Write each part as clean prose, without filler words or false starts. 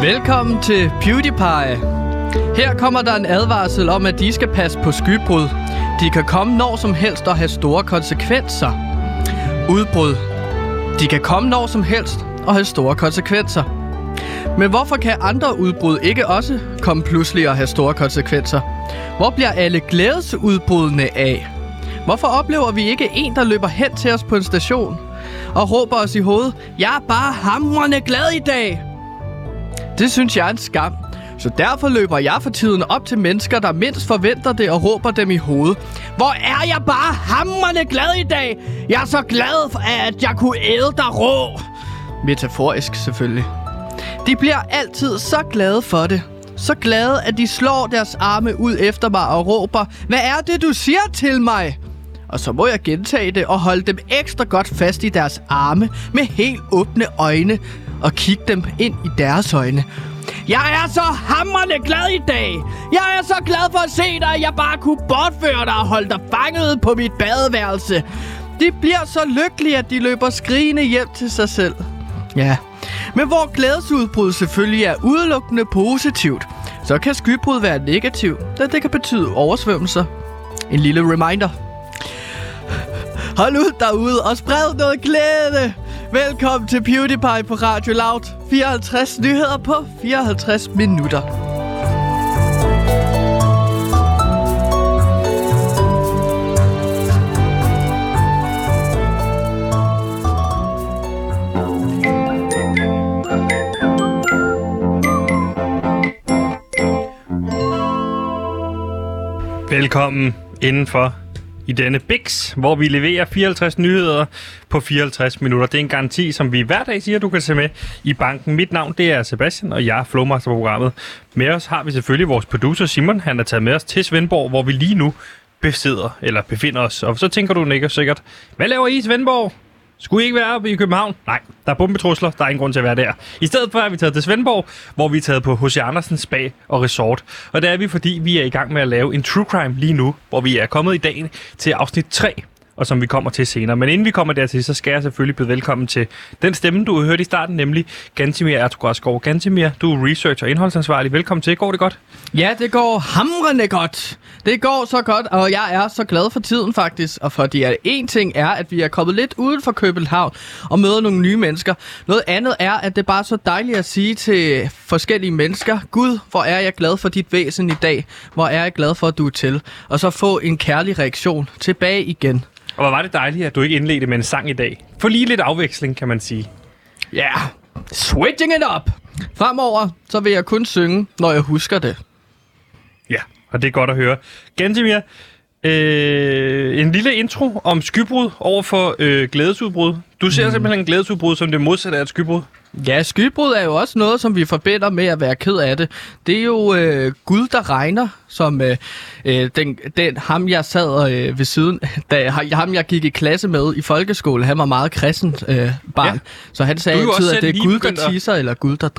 Velkommen til PewDiePie. Her kommer der en advarsel om, at de skal passe på skybrud. De kan komme når som helst og have store konsekvenser. Udbrud. De kan komme når som helst og have store konsekvenser. Men hvorfor kan andre udbrud ikke også komme pludselig og have store konsekvenser? Hvor bliver alle glædesudbrudene af? Hvorfor oplever vi ikke en, der løber hen til os på en station og råber os i hovedet, jeg er bare hamrende glad i dag? Det synes jeg er en skam. Så derfor løber jeg for tiden op til mennesker, der mindst forventer det og råber dem i hovedet. Hvor er jeg bare hamrende glad i dag? Jeg er så glad for, at jeg kunne æde dig rå. Metaforisk selvfølgelig. De bliver altid så glade for det. Så glade, at de slår deres arme ud efter mig og råber, hvad er det, du siger til mig? Og så må jeg gentage det og holde dem ekstra godt fast i deres arme med helt åbne øjne og kigge dem ind i deres øjne. Jeg er så hamrende glad i dag. Jeg er så glad for at se dig, at jeg bare kunne bortføre dig og holde dig fanget på mit badeværelse. De bliver så lykkelige, at de løber skrigende hjem til sig selv. Ja, men hvor glædesudbrud selvfølgelig er udelukkende positivt, så kan skybrud være negativt, da det kan betyde oversvømmelser. En lille reminder. Hold ud derude og spred noget glæde. Velkommen til PewDiePie på Radio Loud. 54 nyheder på 54 minutter. Velkommen indenfor i denne Bix, hvor vi leverer 54 nyheder på 54 minutter. Det er en garanti, som vi hver dag siger, du kan se med i banken. Mit navn, det er Sebastian, og jeg er Flowmaster på programmet. Med os har vi selvfølgelig vores producer Simon. Han er taget med os til Svendborg, hvor vi lige nu befinder os. Og så tænker du, Nick, sikkert, hvad laver I Svendborg? Skulle I ikke være oppe i København? Nej, der er bombetrusler, der er ingen grund til at være der. I stedet for er vi taget til Svendborg, hvor vi er taget på H.C. Andersen Spa og Resort. Og det er vi, fordi vi er i gang med at lave en true crime lige nu, hvor vi er kommet i dag til afsnit 3, og som vi kommer til senere. Men inden vi kommer dertil, så skal jeg selvfølgelig byde velkommen til den stemme, du har hørt i starten, nemlig Gantemir Ertugrasgaard. Gantemir, du er research- og indholdsansvarlig. Velkommen til. Går det godt? Ja, det går hamrende godt. Det går så godt, og jeg er så glad for tiden faktisk. Og fordi en ting er, at vi er kommet lidt uden for København og møder nogle nye mennesker. Noget andet er, at det er bare så dejligt at sige til forskellige mennesker, Gud, hvor er jeg glad for dit væsen i dag. Hvor er jeg glad for, at du er til. Og så få en kærlig reaktion tilbage igen. Og hvor var det dejligt, at du ikke indledte med en sang i dag. For lige lidt afveksling, kan man sige. Ja, yeah. Switching it up. Fremover, så vil jeg kun synge, når jeg husker det. Ja, og det er godt at høre. Gantemir, en lille intro om skybrud over for glædesudbrud. Du ser simpelthen glædesudbrud som det modsatte af et skybrud. Ja, skybrud er jo også noget, som vi forbinder med at være ked af det. Det er jo Gud, der regner, som ham jeg sad ved siden, ham jeg gik i klasse med i folkeskole, han var meget kristent barn. Ja. Så han sagde altid, at det er Gud, der tisser, eller Gud, der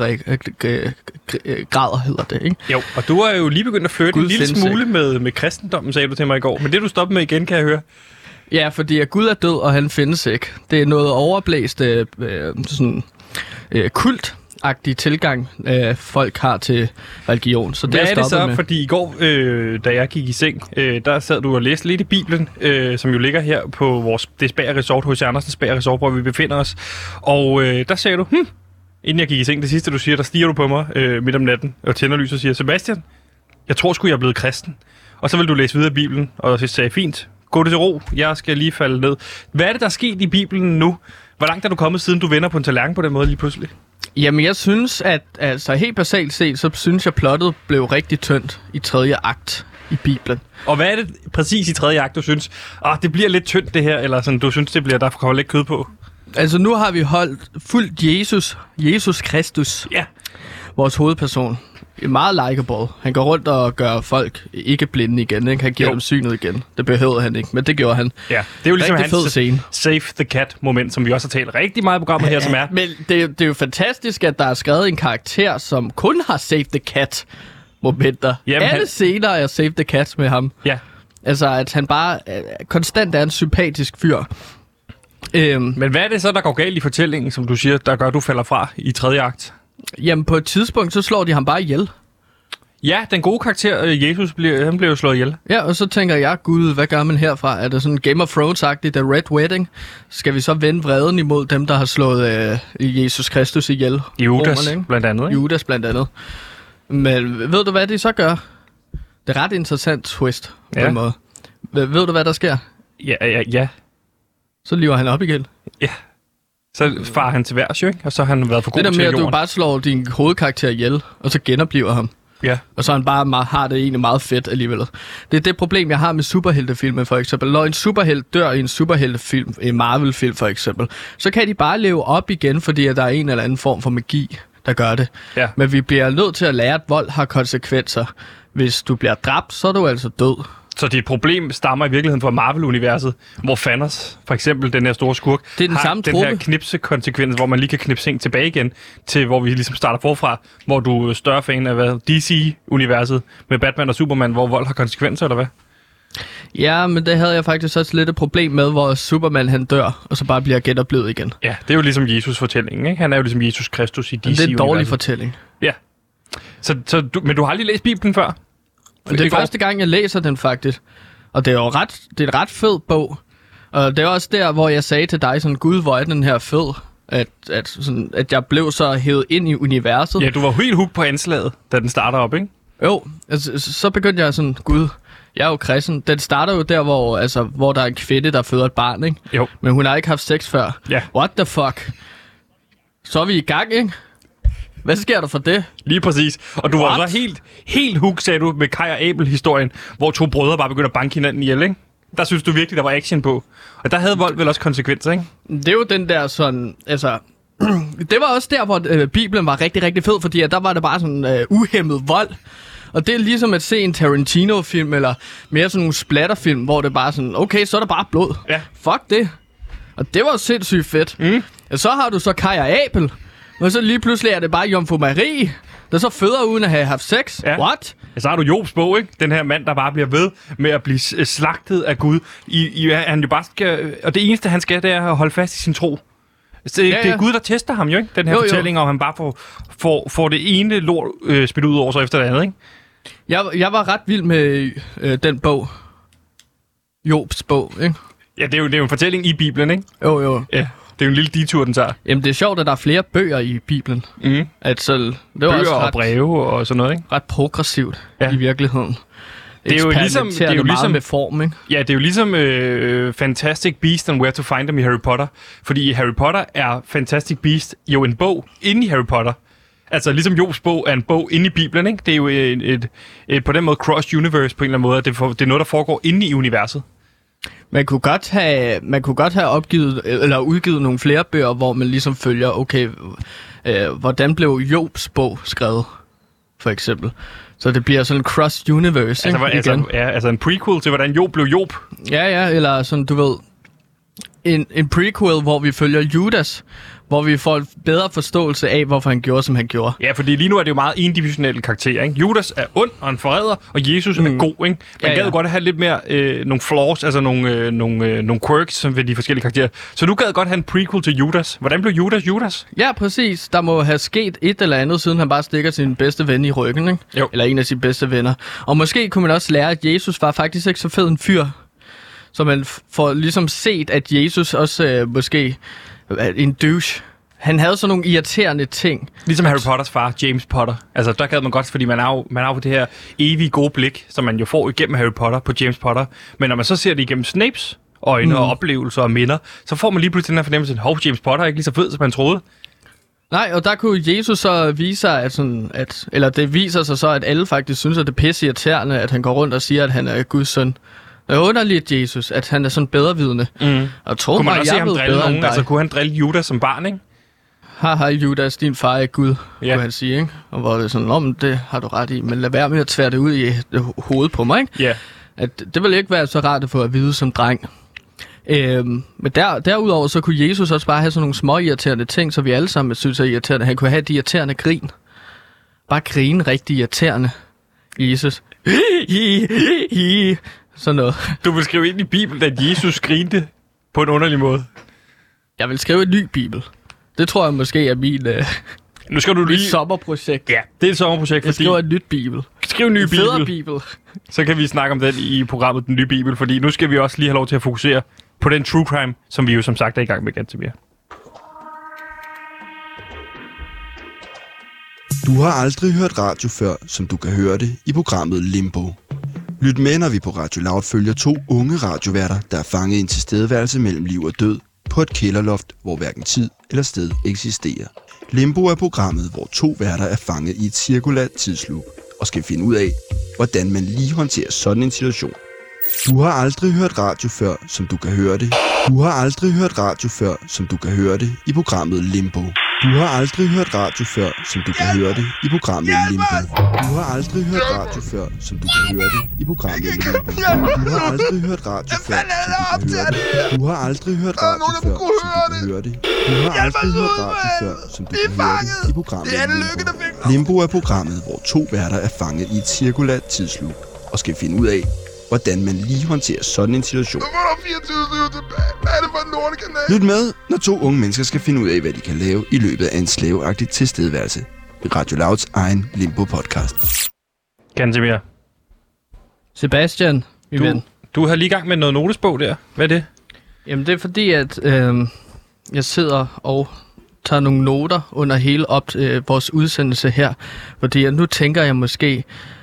græder, hedder det, ikke? Jo, og du er jo lige begyndt at flytte en lille smule med kristendommen, sagde du til mig i går. Men det du stopper med igen, kan jeg høre. Ja, fordi at Gud er død, og han findes ikke. Det er noget overblæst sådan kultagtig tilgang, folk har til religion. Så hvad er det så? Med. Fordi i går, da jeg gik i seng, der sad du og læste lidt i Bibelen, som jo ligger her på vores Spa Resort, H.C. Andersen Spa Resort, hvor vi befinder os. Og der sagde du, inden jeg gik i seng, det sidste du siger, der stiger du på mig midt om natten og tænder lys og siger, Sebastian, jeg tror sgu, jeg er blevet kristen. Og så vil du læse videre i Bibelen, og så sagde fint, gå det til ro, jeg skal lige falde ned. Hvad er det, der er sket i Bibelen nu? Hvor langt er du kommet, siden du vender på en tallerken på den måde lige pludselig? Jamen, jeg synes, at altså, helt basalt set, så synes jeg, plottet blev rigtig tyndt i 3. akt i Bibelen. Og hvad er det præcis i 3. akt, du synes, det bliver lidt tyndt det her, eller sådan, du synes, det bliver, der kommer lidt kød på? Altså, nu har vi holdt fuldt Jesus Kristus, vores hovedperson. Meget likeable. Han går rundt og gør folk ikke blinde igen, ikke? Han giver dem synet igen. Det behøvede han ikke, men det gjorde han. Ja, det er jo ligesom hans Save the Cat-moment, som vi også har talt rigtig meget i programmet her, som er. Men det er jo fantastisk, at der er skrevet en karakter, som kun har Save the Cat-momenter. Jamen, alle scener er Save the Cat med ham. Ja. Altså, at han bare konstant er en sympatisk fyr. Men hvad er det så, der går galt i fortællingen, som du siger, der gør, at du falder fra i 3. akt? Jamen, på et tidspunkt, så slår de ham bare ihjel. Ja, den gode karakter, Jesus, han blev jo slået ihjel. Ja, og så tænker jeg, gud, hvad gør man herfra? Er det sådan Game of Thrones-agtigt, The Red Wedding? Skal vi så vende vreden imod dem, der har slået Jesus Kristus ihjel? Judas, blandt andet, ikke? Judas, blandt andet. Men ved du, hvad de så gør? Det er ret interessant twist, på en måde. Ved du, hvad der sker? Ja. Så lever han op igen. Ja. Så farer han til værs, jo, ikke? Og så har han været for god til jorden. Det der med, at du bare slår din hovedkarakter ihjel, og så genopliver ham. Ja. Og så han bare har det egentlig meget fedt alligevel. Det er det problem, jeg har med superheltefilmer, for eksempel. Når en superhelt dør i en superheltefilm, en Marvel-film for eksempel, så kan de bare leve op igen, fordi at der er en eller anden form for magi, der gør det. Ja. Men vi bliver nødt til at lære, at vold har konsekvenser. Hvis du bliver dræbt, så er du altså død. Så dit problem stammer i virkeligheden fra Marvel-universet, hvor Thanos, for eksempel den her store skurk, det er den har samme den truppe. her knipsekonsekvens, hvor man lige kan knipse ting tilbage igen, til hvor vi ligesom starter forfra, hvor du er større fan af DC-universet med Batman og Superman, hvor vold har konsekvenser, eller hvad? Ja, men det havde jeg faktisk også lidt et problem med, hvor Superman han dør, og så bare bliver genoplivet igen. Ja, det er jo ligesom Jesus-fortællingen, ikke? Han er jo ligesom Jesus Kristus i DC-universet. Det er en dårlig fortælling. Ja. Men du har aldrig læst Bibelen før? Det er første gang, jeg læser den faktisk. Og det er jo det er en ret fed bog. Og det er også der, hvor jeg sagde til dig sådan, gud, hvor er den her fed, at jeg blev så hævet ind i universet. Ja, du var helt hooked på anslaget, da den starter op, ikke? Jo, altså, så begyndte jeg sådan, gud, jeg er jo kristen. Den starter jo der, hvor der er en kvinde, der føder et barn, ikke? Jo. Men hun har ikke haft sex før. Ja. What the fuck? Så er vi i gang, ikke? Hvad sker der for det? Lige præcis. Og du var så helt hooked, sagde du, med Kai og Abel-historien, hvor to brødre bare begyndte at banke hinanden ihjel, ikke? Der synes du virkelig, der var action på. Og der havde vold vel også konsekvenser, ikke? Det er jo den der sådan, altså... det var også der, hvor Bibelen var rigtig, rigtig fed, fordi der var det bare sådan uhæmmet vold. Og det er ligesom at se en Tarantino-film, eller mere sådan nogle splatterfilm, hvor det bare sådan, okay, så er der bare blod. Ja. Fuck det. Og det var sindssygt fedt. Så har du så Kai og Abel, og så lige pludselig er det bare Jomfru Marie, der så føder uden at have haft sex. Ja. What? Ja, så har du Jobs bog, ikke? Den her mand, der bare bliver ved med at blive slagtet af Gud. Han jo bare skal, og det eneste, han skal, det er at holde fast i sin tro. Så det er Gud, der tester ham jo, ikke? Den her fortælling, og han bare får det ene lort smidt ud over så efter det andet, ikke? Jeg var ret vild med den bog. Jobs bog, ikke? Ja, det er jo en fortælling i Bibelen, ikke? Jo. Ja, det er jo en lille detur, den tager. Jamen, det er sjovt, at der er flere bøger i Bibelen. Det var bøger også og breve og sådan noget, ikke? Ret progressivt i virkeligheden. Det er jo ligesom med form, ikke? Ja, det er jo ligesom Fantastic Beasts and Where to Find Them i Harry Potter. Fordi i Harry Potter er Fantastic Beasts jo en bog inde i Harry Potter. Altså ligesom Jobs bog er en bog inde i Bibelen, ikke? Det er jo et på den måde cross-universe på en eller anden måde. Det er noget, der foregår inde i universet. Man kunne godt have opgivet eller udgivet nogle flere bøger, hvor man ligesom følger, okay, hvordan blev Jobs bog skrevet, for eksempel. Så det bliver sådan en cross-universe, altså en prequel til, hvordan Job blev Job. Ja, eller sådan, du ved, en prequel, hvor vi følger Judas, hvor vi får en bedre forståelse af, hvorfor han gjorde, som han gjorde. Ja, fordi lige nu er det jo meget individuelle karakterer, ikke? Judas er ond og en forræder, og Jesus er god, ikke? Man gad godt have lidt mere nogle flaws, altså nogle quirks ved de forskellige karakterer. Så du gad godt have en prequel til Judas. Hvordan blev Judas? Ja, præcis. Der må have sket et eller andet, siden han bare stikker sin bedste ven i ryggen, ikke? Jo. Eller en af sine bedste venner. Og måske kunne man også lære, at Jesus var faktisk ikke så fed en fyr. Så man får ligesom set, at Jesus også måske en douche. Han havde sådan nogle irriterende ting. Ligesom Harry Potters far, James Potter. Altså, der gad man godt, fordi man er jo på det her evige gode blik, som man jo får igennem Harry Potter på James Potter. Men når man så ser det igennem Snapes øjne og oplevelser og minder, så får man lige pludselig den her fornemmelse, at James Potter er ikke lige så fed, som man troede. Nej, og der kunne Jesus så vise sig, eller det viser sig så, at alle faktisk synes, at det er pisse irriterende, at han går rundt og siger, at han er Guds søn. Det er underligt, Jesus, at han er sådan bedrevidende. Og tror kunne man mig, også se ham drille nogen? Altså, kunne han drille Judas som barn, ikke? Haha, Judas, din far er Gud, kunne han sige, ikke? Og hvor det er sådan, men det har du ret i, men lad være med at tvære det ud i hovedet på mig, ikke? Ja. At det ville ikke være så rart at få at vide som dreng. Men derudover så kunne Jesus også bare have sådan nogle små irriterende ting, så vi alle sammen synes er irriterende. Han kunne have de irriterende grin. Bare grine rigtig irriterende. Jesus. Sådan noget. Du vil skrive ind i Bibelen, at Jesus grinte på en underlig måde. Jeg vil skrive en ny bibel. Det tror jeg måske er min... Nu skal du lige... Det er et sommerprojekt. Ja, det er et sommerprojekt, Jeg skriver et nyt bibel. Skriv en ny bibel. Bibel. Så kan vi snakke om den i programmet Den Nye Bibel, fordi nu skal vi også lige have lov til at fokusere på den true crime, som vi jo som sagt er i gang med ganske mere. Du har aldrig hørt radio før, som du kan høre det i programmet Limbo. Lyt med, når vi på Radio Loud følger 2 unge radioværter, der er fanget i en tilstedeværelse mellem liv og død på et kælderloft, hvor hverken tid eller sted eksisterer. Limbo er programmet, hvor 2 værter er fanget i et cirkulært tidsloop og skal finde ud af, hvordan man lige håndterer sådan en situation. Du har aldrig hørt radio før, som du kan høre det. Du har aldrig hørt radio før, som du kan høre det i programmet Limbo. Du har aldrig hørt radio før, som du kan høre det i programmet Limbo. Du har aldrig hørt radio før, som du kan høre det i programmet Limbo. Du har aldrig hørt radio før, som du kan høre det. Du har aldrig hørt radio før, som du kan høre det. Du har aldrig hørt radio før, som du kan høre det i programmet Limbo. Limbo er programmet, hvor 2 værter er fanget i et cirkulært tidsloop og skal finde ud af, hvordan man lige håndterer sådan en situation. Lyt med, når 2 unge mennesker skal finde ud af, hvad de kan lave i løbet af en slaveagtig tilstedeværelse. I Radio Louds egen Limbo-podcast. Gantemir. Sebastian, min ven. Du har lige gang med noget notesbog der. Hvad er det? Jamen, det er fordi, at jeg sidder og tager nogle noter under hele vores udsendelse her. Fordi nu tænker jeg måske,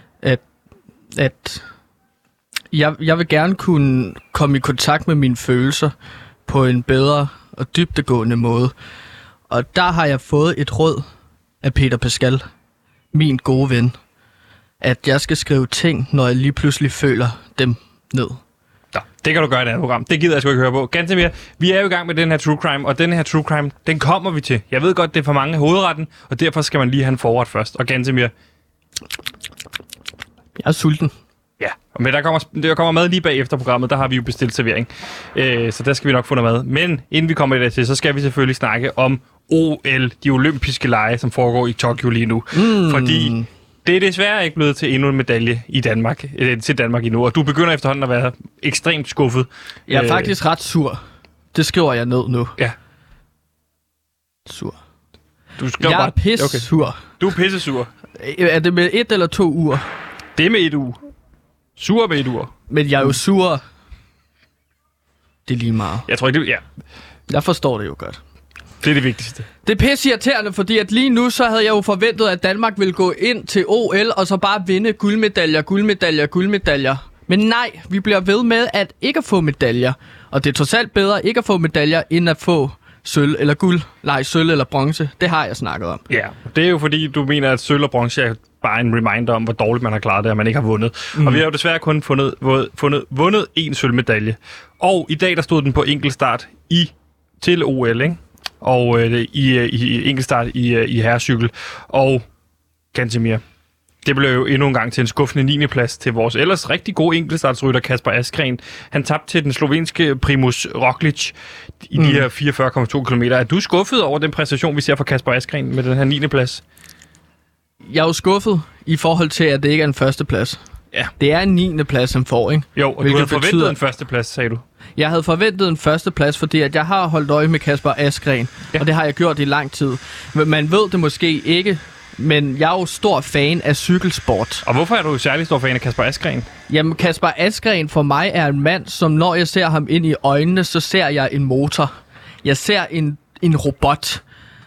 at jeg vil gerne kunne komme i kontakt med mine følelser på en bedre og dybdegående måde. Og der har jeg fået et råd af Peter Pascal, min gode ven, at jeg skal skrive ting, når jeg lige pludselig føler dem ned. Ja, det kan du gøre i et andet program. Det gider jeg sgu ikke høre på. Gantemir, vi er jo i gang med den her true crime, og den her true crime, den kommer vi til. Jeg ved godt, det er for mange hovedretten, og derfor skal man lige have en forret først. Og Gantemir... Jeg er sulten. Ja, men der kommer mad lige bagefter programmet. Der har vi jo bestilt servering. Så der skal vi nok få noget mad. Men inden vi kommer til, så skal vi selvfølgelig snakke om OL, de olympiske lege, som foregår i Tokyo lige nu. Fordi det er desværre ikke blevet til endnu en medalje i Danmark, til Danmark endnu. Og du begynder efterhånden at være ekstremt skuffet. Jeg er faktisk ret sur. Det skriver jeg ned nu. Ja. Sur. Jeg er pissur. Okay. Du er pissesur. Er det med 1 eller 2 uger? Det er med 1 uge. Sur med 1 uge. Men jeg er jo sur. Det er lige meget. Jeg tror ikke, det... Ja. Jeg forstår det jo godt. Det er det vigtigste. Det er pisseirriterende, fordi at lige nu, så havde jeg jo forventet, at Danmark ville gå ind til OL, og så bare vinde guldmedaljer. Men nej, vi bliver ved med at ikke at få medaljer. Og det er trods alt bedre ikke at få medaljer, end at få sølv eller guld. Nej, sølv eller bronze. Det har jeg snakket om. Ja, det er jo fordi, du mener, at sølv og bronze er bare en reminder om, hvor dårligt man har klaret det, og man ikke har vundet. Og vi har jo desværre kun vundet 1 sølvmedalje. Og i dag, der stod den på enkeltstart til OL, ikke? Og i enkeltstart i herrecykel. Og Gantemir, det blev jo endnu en gang til en skuffende 9. plads til vores ellers rigtig gode enkeltstartsrytter Kasper Asgreen. Han tabte til den slovenske Primož Roglič i de her 44,2 km. Er du skuffet over den præstation, vi ser fra Kasper Asgreen med den her 9. plads? Jeg er jo skuffet i forhold til, at det ikke er en 1. plads. Ja. Det er en 9. plads, han får, ikke? Jo, og du havde forventet en 1. plads, sagde du. Jeg havde forventet en 1. plads, fordi at jeg har holdt øje med Kasper Asgreen, og det har jeg gjort i lang tid. Man ved det måske ikke, men jeg er jo stor fan af cykelsport. Og hvorfor er du særlig stor fan af Kasper Asgreen? Jamen, Kasper Asgreen for mig er en mand, som når jeg ser ham ind i øjnene, så ser jeg en motor. Jeg ser en robot.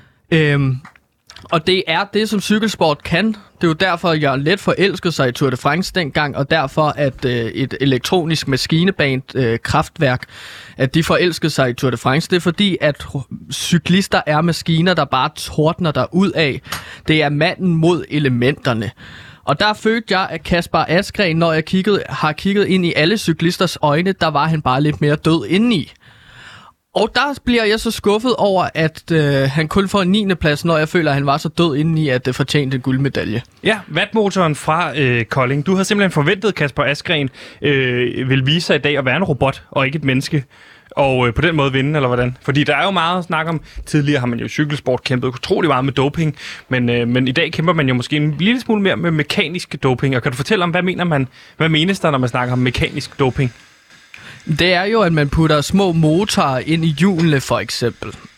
Og det er det, som cykelsport kan. Det er jo derfor, jeg let forelskede sig i Tour de France dengang, og derfor, at et elektronisk maskineband, Kraftværk, at de forelskede sig i Tour de France. Det er fordi, at cyklister er maskiner, der bare tordner der ud af. Det er manden mod elementerne. Og der følte jeg, at Kasper Asgreen, når jeg har kigget ind i alle cyklisters øjne, der var han bare lidt mere død indeni. Og der bliver jeg så skuffet over, at han kun får en 9. plads, når jeg føler, at han var så død indeni, at det fortjente en guldmedalje. Ja, vatmotoren fra Kolding. Du havde simpelthen forventet, at Kasper Asgreen vil vise sig i dag at være en robot og ikke et menneske. Og på den måde vinde, eller hvordan? Fordi der er jo meget at snakke om. Tidligere har man jo i cykelsport kæmpet utrolig meget med doping, men i dag kæmper man jo måske en lille smule mere med mekanisk doping. Og kan du fortælle om, hvad menes der, når man snakker om mekanisk doping? Det er jo, at man putter små motorer ind i hjulene, for eksempel.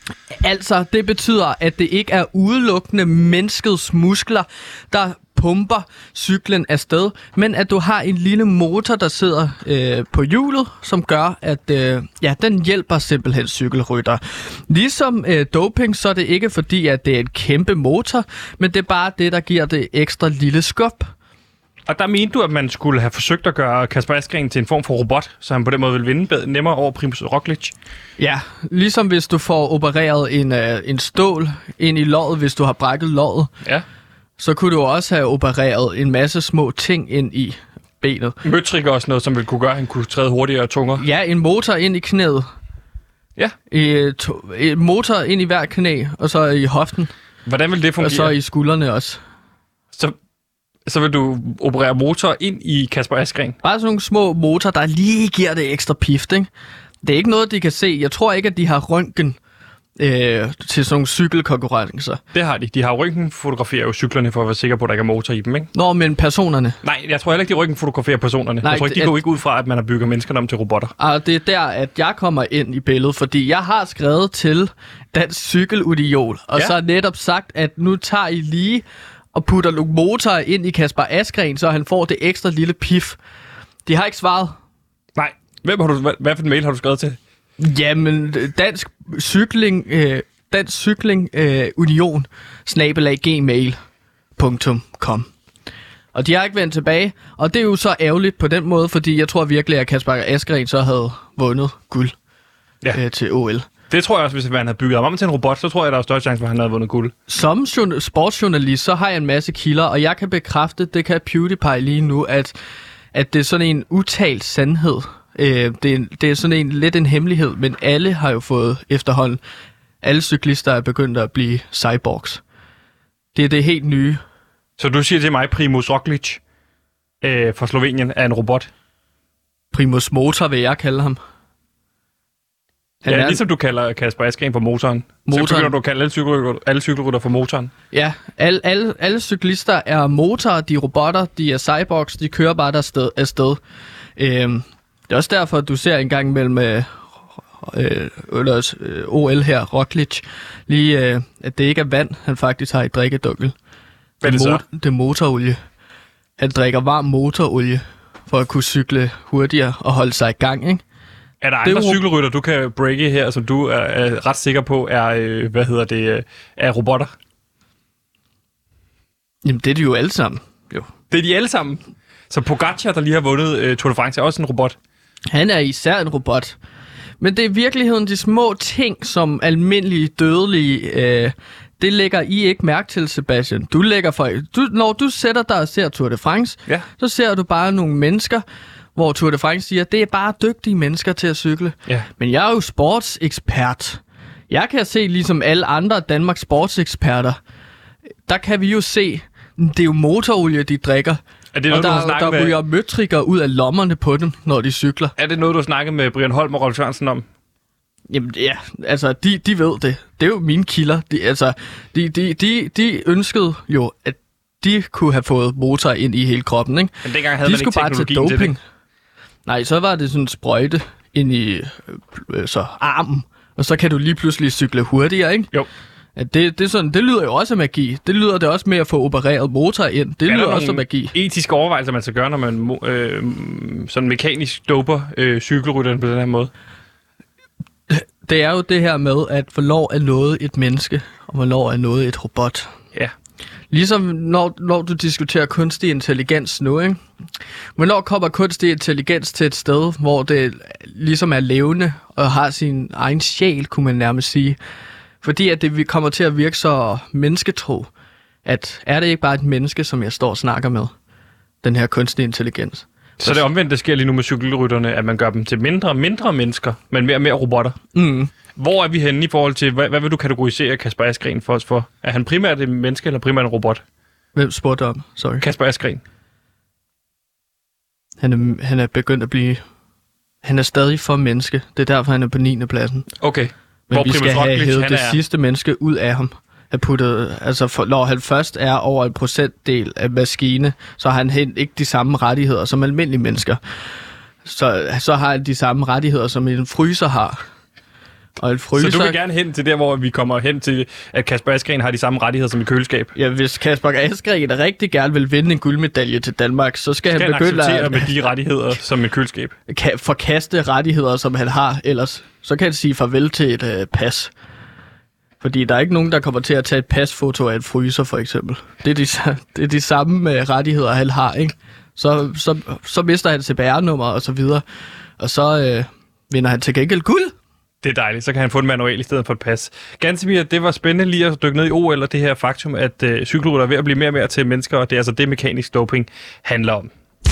Altså, det betyder, at det ikke er udelukkende menneskets muskler, der pumper cyklen afsted, men at du har en lille motor, der sidder på hjulet, som gør, at den hjælper simpelthen cykelrytter. Ligesom doping, så er det ikke fordi, at det er en kæmpe motor, men det er bare det, der giver det ekstra lille skub. Og der mente du, at man skulle have forsøgt at gøre Kasper Asgreen til en form for robot, så han på den måde ville vinde nemmere over Primož Roglič? Ja, ligesom hvis du får opereret en stål ind i låret, hvis du har brækket låret. Ja. Så kunne du også have opereret en masse små ting ind i benet. Møtrik er også noget, som ville kunne gøre, at han kunne træde hurtigere og tungere. Ja, en motor ind i knæet. Ja. En motor ind i hver knæ, og så i hoften. Hvordan vil det fungere? Og så i skuldrene også. Så vil du operere motor ind i Kasper Asgreen? Bare sådan nogle små motorer, der lige giver det ekstra pift, ikke? Det er ikke noget, de kan se. Jeg tror ikke, at de har røntgen til sådan nogle cykelkonkurrencer. Det har de. De har røntgenfotograferer jo cyklerne for at være sikre på, at der ikke er motor i dem, ikke? Nå, men personerne? Nej, jeg tror heller ikke, de røntgenfotograferer personerne. Nej, jeg tror ikke, de går ikke ud fra, at man har bygget menneskerne om til robotter. Og det er der, at jeg kommer ind i billedet, fordi jeg har skrevet til Dansk Cykelunion, og så netop sagt, at nu tager I lige og putter nogle motorer ind i Kasper Asgreen, så han får det ekstra lille pif. De har ikke svaret. Nej. Hvad for en mail har du skrevet til? Jamen, Dansk Cykling Union @gmail.com. Og de har ikke vendt tilbage, og det er jo så ærgerligt på den måde, fordi jeg tror virkelig, at Kasper Asgreen så havde vundet guld til OL. Det tror jeg også, hvis man havde bygget ham om til en robot, så tror jeg, der er større chance for, at han havde vundet guld. Som sportsjournalist, så har jeg en masse kilder, og jeg kan bekræfte, det kan PewDiePie lige nu, at det er sådan en utalt sandhed. Det er sådan lidt en hemmelighed, men alle har jo fået efterhånden. Alle cyklister er begyndt at blive cyborgs. Det er det helt nye. Så du siger til mig, Primož Roglič fra Slovenien er en robot? Primož Motor vil jeg kalde ham. Ligesom du kalder Kasper Asgreen for motoren. Så begynder du at kalde alle cykelrytter for motoren. Ja, alle cyklister er motorer, de er robotter, de er cyborgs, de kører bare afsted. Det er også derfor, at du ser en gang mellem OL her, Roglič, lige at det ikke er vand, han faktisk har i drikkedunkel. Hvad er det så? Det er motorolie. Han drikker varm motorolie for at kunne cykle hurtigere og holde sig i gang, ikke? Er der andre cykelrytter, du kan breake her, som du er ret sikker på er, er robotter? Jamen, det er de jo alle sammen. Jo. Det er de alle sammen? Så Pogačar, der lige har vundet Tour de France, er også en robot? Han er især en robot. Men det er i virkeligheden de små ting, som almindelige dødelige, det lægger I ikke mærke til, Sebastian. Når du sætter dig og ser Tour de France, så ser du bare nogle mennesker, hvor Tour de France siger, at det er bare dygtige mennesker til at cykle. Ja. Men jeg er jo sportsekspert. Jeg kan se, ligesom alle andre Danmarks sportseksperter, der kan vi jo se, det er jo motorolie, de drikker. Er det noget, der ryger møtrikker ud af lommerne på dem, når de cykler. Er det noget, du har snakket med Brian Holm og Rolf Sørensen om? Jamen ja, altså de ved det. Det er jo mine kilder. De ønskede jo, at de kunne have fået motor ind i hele kroppen, ikke? Men dengang havde de man skulle ikke bare til doping. Til det. Nej, så var det sådan en sprøjte ind i armen, og så kan du lige pludselig cykle hurtigere, ikke? Jo. Det lyder jo også af magi. Det lyder det også med at få opereret motor ind. Det lyder også af magi. Etiske overvejelser, man skal gøre, når man sådan mekanisk doper cykelrytteren på den her måde? Det er jo det her med, at hvornår er noget et menneske, og hvornår er noget et robot. Ja. Ligesom når du diskuterer kunstig intelligens nu, ikke? Hvornår kommer kunstig intelligens til et sted, hvor det ligesom er levende og har sin egen sjæl, kunne man nærmest sige. Fordi at det kommer til at virke så mennesketro, at er det ikke bare et menneske, som jeg står og snakker med, den her kunstig intelligens. Så det omvendt, der sker lige nu med cykelrytterne, at man gør dem til mindre og mindre mennesker, men mere og mere robotter. Mm. Hvor er vi henne i forhold til, hvad vil du kategorisere Kasper Asgreen for os for? Er han primært et menneske eller primært en robot? Hvem spurgte om? Sorry. Kasper Asgreen. Han er begyndt at blive... Han er stadig for menneske. Det er derfor, han er på 9. pladsen. Okay. Men vi skal have hævet det sidste menneske ud af ham. Når han først er over en procentdel af maskine, så har han ikke de samme rettigheder som almindelige mennesker. Så har han de samme rettigheder, som en fryser har. Og en fryser. Så du vil gerne hen til der, hvor vi kommer hen til, at Kasper Askren har de samme rettigheder som i køleskab? Ja, hvis Kasper Askren rigtig gerne vil vinde en guldmedalje til Danmark, så skal han begynde at med de rettigheder som et køleskab. Forkaste rettigheder, som han har ellers. Så kan han sige farvel til et pas. Fordi der er ikke nogen, der kommer til at tage et pasfoto af en fryser, for eksempel. Det er de samme rettigheder, han har, ikke? Så mister han CPR-nummer og så videre. Og så vinder han til gengæld guld. Det er dejligt. Så kan han få en manual i stedet for et pas. Gansimir, det var spændende lige at dykke ned i OL og det her faktum, at cykelrytter er ved at blive mere og mere til mennesker, og det er altså det, mekanisk doping handler om.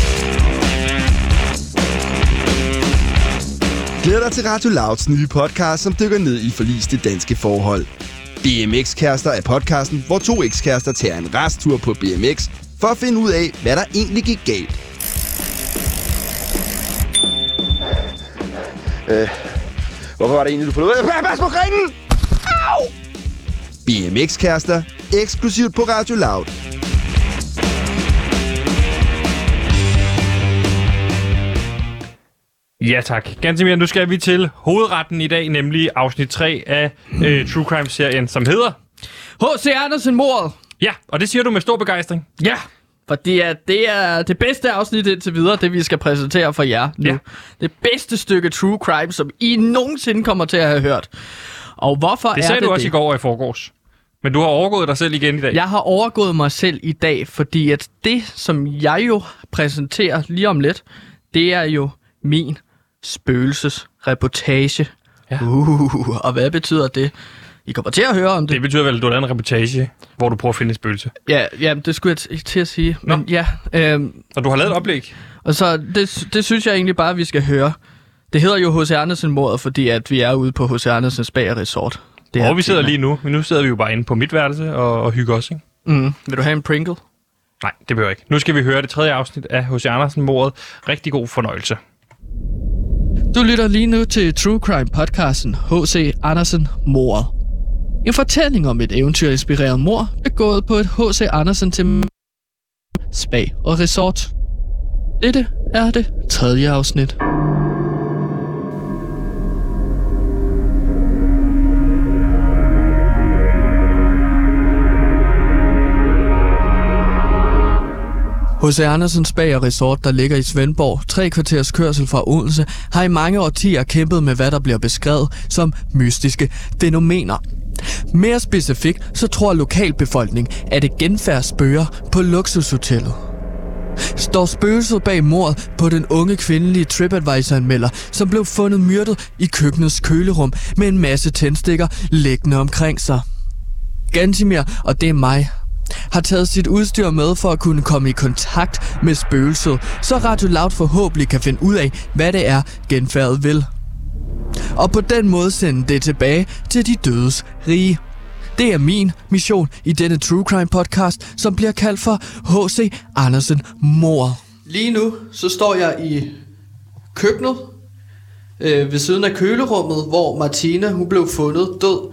Glæd dig til Radio Louds nye podcast, som dykker ned i forliste danske forhold. BMX-kærester er podcasten, hvor to ekskærester tager en rasttur på BMX for at finde ud af, hvad der egentlig gik galt. Hvorfor var det egentlig, du forlod? Pas på grenen! Au! BMX-kærester, eksklusivt på Radio Loud. Ja tak. Gansimir, nu skal vi til hovedretten i dag, nemlig afsnit 3 af True Crime-serien, som hedder... H.C. Andersen-mordet. Ja, og det siger du med stor begejstring. Ja, fordi det er det bedste afsnit indtil videre, det vi skal præsentere for jer nu. Ja. Det bedste stykke True Crime, som I nogensinde kommer til at have hørt. Og hvorfor er det? Det sagde du også i går og i forgårs. Men du har overgået dig selv igen i dag. Jeg har overgået mig selv i dag, fordi at det, som jeg jo præsenterer lige om lidt, det er jo min spøgelsesreportage. Ja. Og hvad betyder det? I kommer til at høre om det. Det betyder vel, at du har lavet en reportage, hvor du prøver at finde et spøgelse. Ja, det skulle jeg til at sige. Men ja. Og du har lavet et oplæg. Og så det synes jeg egentlig bare, vi skal høre. Det hedder jo H.C. Andersen-mordet, fordi at vi er ude på H.C. Andersens Bager Resort. Og vi sidder lige nu. Men nu sidder vi jo bare inde på mit værelse og hygger os, ikke? Vil du have en Pringle? Nej, det behøver jeg ikke. Nu skal vi høre det 3. afsnit af H.C. Andersen-mordet. Rigtig god fornøjelse. Du lytter lige nu til True Crime-podcasten H.C. Andersen-mordet. En fortælling om et eventyrinspireret mord, begået på et H.C. Andersen til spa og resort. Dette er det 3. afsnit. H.C. Andersens Bager Resort, der ligger i Svendborg, 3 kvarters kørsel fra Odense, har i mange årtier kæmpet med, hvad der bliver beskrevet som mystiske fænomener. Mere specifikt, så tror lokalbefolkningen, at det genfærdsspøger på luksushotellet. Står spøgelset bag mordet på den unge kvindelige TripAdvisor-anmelder, som blev fundet myrdet i køkkenets kølerum med en masse tændstikker liggende omkring sig. Gansimir, og det er mig, har taget sit udstyr med for at kunne komme i kontakt med spøgelset, så Radio Loud forhåbentlig kan finde ud af, hvad det er, genfærdet vil. Og på den måde sende det tilbage til de dødes rige. Det er min mission i denne True Crime podcast, som bliver kaldt for H.C. Andersen-mordet. Lige nu så står jeg i køkkenet ved siden af kølerummet, hvor Martina hun blev fundet død.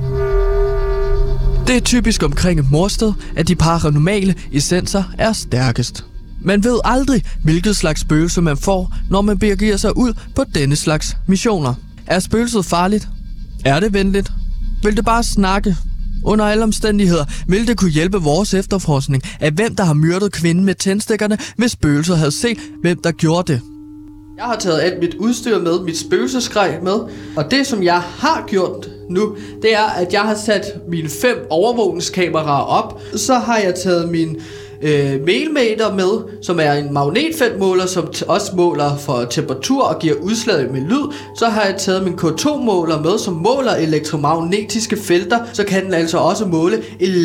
Det er typisk omkring et mordsted, at de paranormale essenser er stærkest. Man ved aldrig, hvilket slags spøgelse man får, når man begiver sig ud på denne slags missioner. Er spøgelset farligt? Er det venligt? Vil det bare snakke? Under alle omstændigheder vil det kunne hjælpe vores efterforskning af, hvem der har myrdet kvinden med tændstikkerne, hvis spøgelset havde set, hvem der gjorde det. Jeg har taget alt mit udstyr med, mit spøgelsesgrej med, og det som jeg har gjort nu, det er, at jeg har sat mine 5 overvågningskameraer op. Så har jeg taget min mailmeter med, som er en magnetfeltmåler, som også måler for temperatur og giver udslag med lyd. Så har jeg taget min K2-måler med, som måler elektromagnetiske felter. Så kan den altså også måle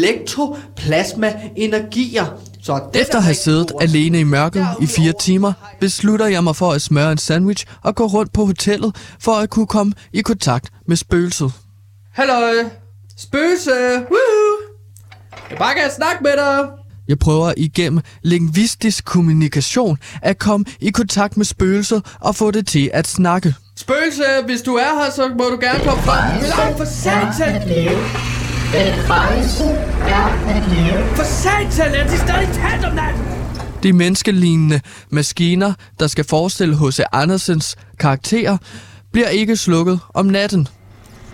elektroplasma-energier. Efter at have siddet alene i mørket i 4 timer, beslutter jeg mig for at smøre en sandwich og gå rundt på hotellet for at kunne komme i kontakt med spøgelset. Halløj! Spøgelse! Woohoo! Jeg bare kan snakke med dig! Jeg prøver igennem lingvistisk kommunikation at komme i kontakt med spøgelset og få det til at snakke. Spøgelse, hvis du er her, så må du gerne komme frem. Langt for satan! Den farligste er at leve. For satan, er de stadig tæt om natten? De menneskelignende maskiner, der skal forestille H.C. Andersens karakterer, bliver ikke slukket om natten.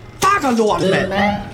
lort, mand.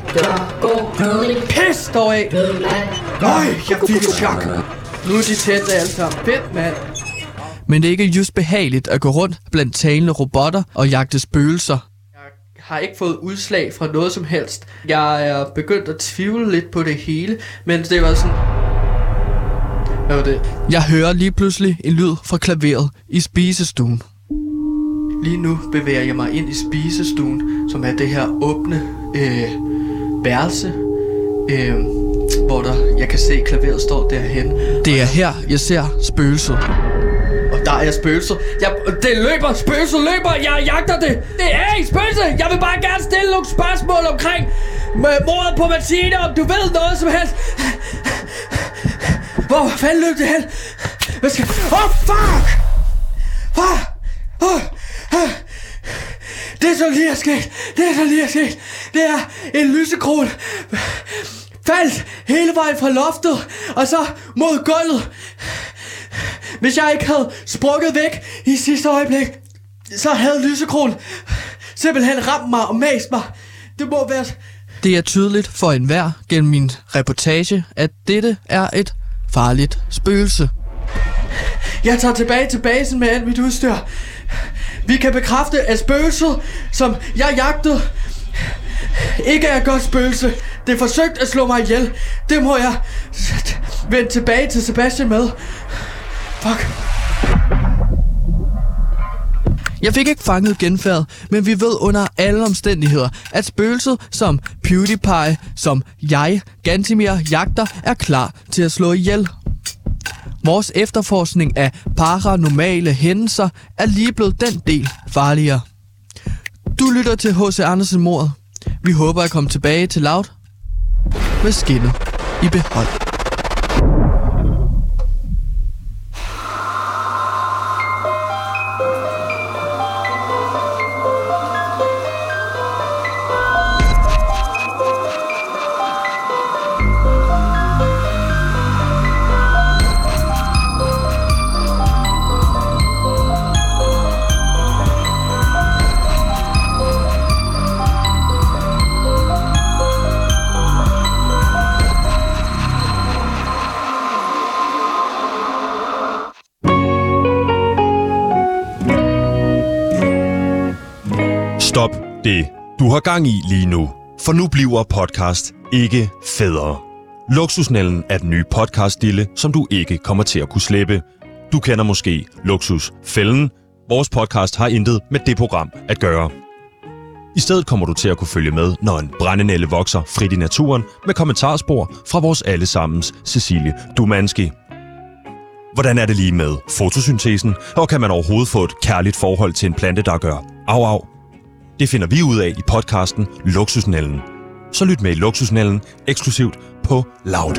Pis dog af. Nøj, jeg fik et chok. Nu er de tætte alle sammen. Fedt, mand. Men det er ikke just behageligt at gå rundt blandt talende robotter og jagte spøgelser. Jeg har ikke fået udslag fra noget som helst. Jeg er begyndt at tvivle lidt på det hele, men det var sådan... Hvad var det? Jeg hører lige pludselig en lyd fra klaveret i spisestuen. Lige nu bevæger jeg mig ind i spisestuen, som er det her åbne værelse, hvor jeg kan se, klaveret står derhen. Det er her, jeg ser spøgelset. Og der er spøgelset. Det løber, spøgelset løber, jeg jagter det. Det er ikke spøgelset. Jeg vil bare gerne stille nogle spørgsmål omkring mordet på Martine, om du ved noget som helst. Hvor fanden løb det hen? Hvad skal... fuck! Det er så lige sket. Det er en lysekrone. Faldt hele vejen fra loftet, og så mod gulvet. Hvis jeg ikke havde sprukket væk i sidste øjeblik, så havde lysekronen simpelthen ramt mig og mast mig. Det må være... Det er tydeligt for enhver gennem min reportage, at dette er et farligt spøgelse. Jeg tager tilbage til basen med alt mit udstyr. Vi kan bekræfte, at spøgelset, som jeg jagtede, ikke er et godt spøgelse. Det er forsøgt at slå mig ihjel. Det må jeg vende tilbage til Sebastian med. Fuck. Jeg fik ikke fanget genfærd, men vi ved under alle omstændigheder, at spøgelset, som PewDiePie, som jeg, Gantimir, jagter, er klar til at slå ihjel. Vores efterforskning af paranormale hændelser er lige blevet den del farligere. Du lytter til H.C. Andersen-mordet. Vi håber at komme tilbage til Loud med skinnet i behold. Stop det, du har gang i lige nu. For nu bliver podcast ikke federe. Luksusnælden er den nye podcastdille, som du ikke kommer til at kunne slippe. Du kender måske Luksusfælden. Vores podcast har intet med det program at gøre. I stedet kommer du til at kunne følge med, når en brændenælde vokser frit i naturen med kommentarspor fra vores allesammens Cecilie Dumanski. Hvordan er det lige med fotosyntesen, og kan man overhovedet få et kærligt forhold til en plante, der gør au? Det finder vi ud af i podcasten Luksusnælden. Så lyt med i Luksusnælden eksklusivt på Loud.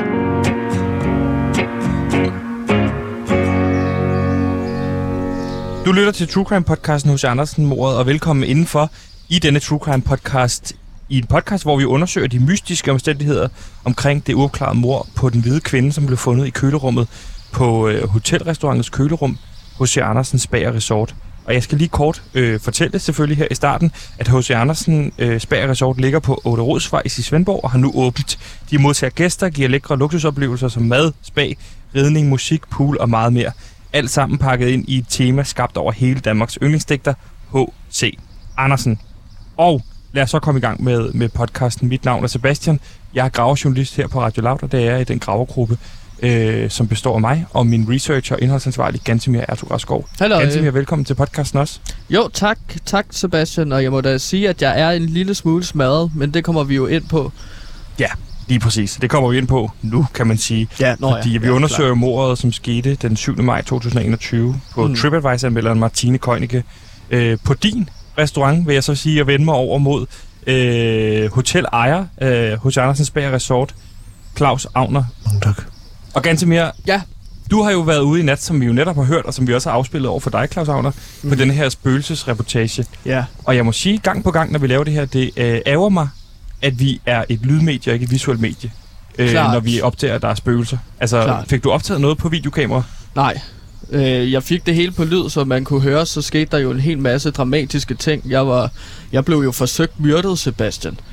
Du lytter til True Crime podcasten H.C. Andersen-mordet, og velkommen indenfor i denne True Crime podcast. I en podcast, hvor vi undersøger de mystiske omstændigheder omkring det uopklarede mord på den hvide kvinde, som blev fundet i kølerummet på hotelrestaurantets kølerum H.C. Andersens Spag & Resort. Og jeg skal lige kort fortælle selvfølgelig her i starten, at H.C. Andersen Spag & Resort ligger på Åderådsvej i Svendborg og har nu åbent. De modtager gæster, giver lækre luksusoplevelser som mad, spa, ridning, musik, pool og meget mere. Alt sammen pakket ind i et tema skabt over hele Danmarks yndlingsdigter, H.C. Andersen. Og lad os så komme i gang med podcasten. Mit navn er Sebastian. Jeg er gravejournalist her på Radio Loud, og det er i den gravergruppe, som består af mig og min researcher og indholdsansvarlig Gantimir Ertug-Raskov. Gantimir, velkommen til podcasten også. Jo, tak Sebastian, og jeg må da sige, at jeg er en lille smule smadret, men det kommer vi jo ind på. Ja, lige præcis. Det kommer vi ind på nu, kan man sige. Ja, fordi vi undersøger mordet, som skete den 7. maj 2021 på TripAdvisor-anmelderen Martine Koinike. På din restaurant, vil jeg så sige, at vende mig over mod hotelejer, H.C. Andersens Spag & Resort, Claus Agner. Tak. Og Gantimir, ja, du har jo været ude i nat, som vi jo netop har hørt, og som vi også har afspillet over for dig, Claus Agner, på denne her spøgelsesreportage. Ja. Og jeg må sige, gang på gang, når vi laver det her, det ærger mig, at vi er et lydmedie og ikke et visuelt medie, når vi optager, at der er spøgelser. Altså, klart. Fik du optaget noget på videokamera? Nej. Jeg fik det hele på lyd, så man kunne høre, så skete der jo en hel masse dramatiske ting. Jeg blev jo forsøgt myrdet, Sebastian.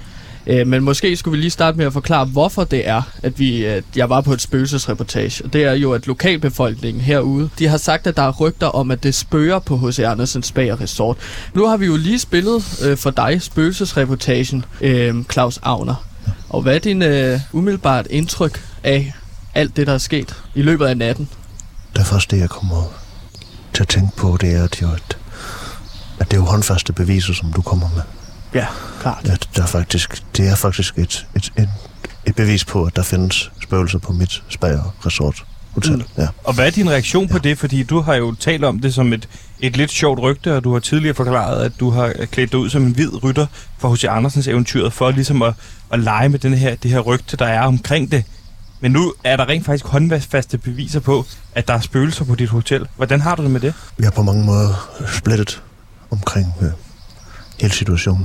Men måske skulle vi lige starte med at forklare, hvorfor det er, at jeg var på et spøgelsesreportage. Og det er jo, at lokalbefolkningen herude, de har sagt, at der er rygter om, at det spøger på H.C. Andersens Spa og Resort. Nu har vi jo lige spillet for dig spøgelsesreportagen, Claus Agner. Og hvad er din umiddelbart indtryk af alt det, der er sket i løbet af natten? Det første, jeg kommer til at tænke på, det er, at det er jo håndfaste beviser, som du kommer med. Ja, klart. Det er faktisk et bevis på, at der findes spøgelser på mit Spa og Resort Hotel. Ja. Og hvad er din reaktion på det? Fordi du har jo talt om det som et lidt sjovt rygte, og du har tidligere forklaret, at du har klædt dig ud som en hvid rytter for H.C. Andersens eventyr, for ligesom at lege med det her rygte, der er omkring det. Men nu er der rent faktisk håndfaste beviser på, at der er spøgelser på dit hotel. Hvordan har du det med det? Vi er på mange måder splittet omkring hele situationen.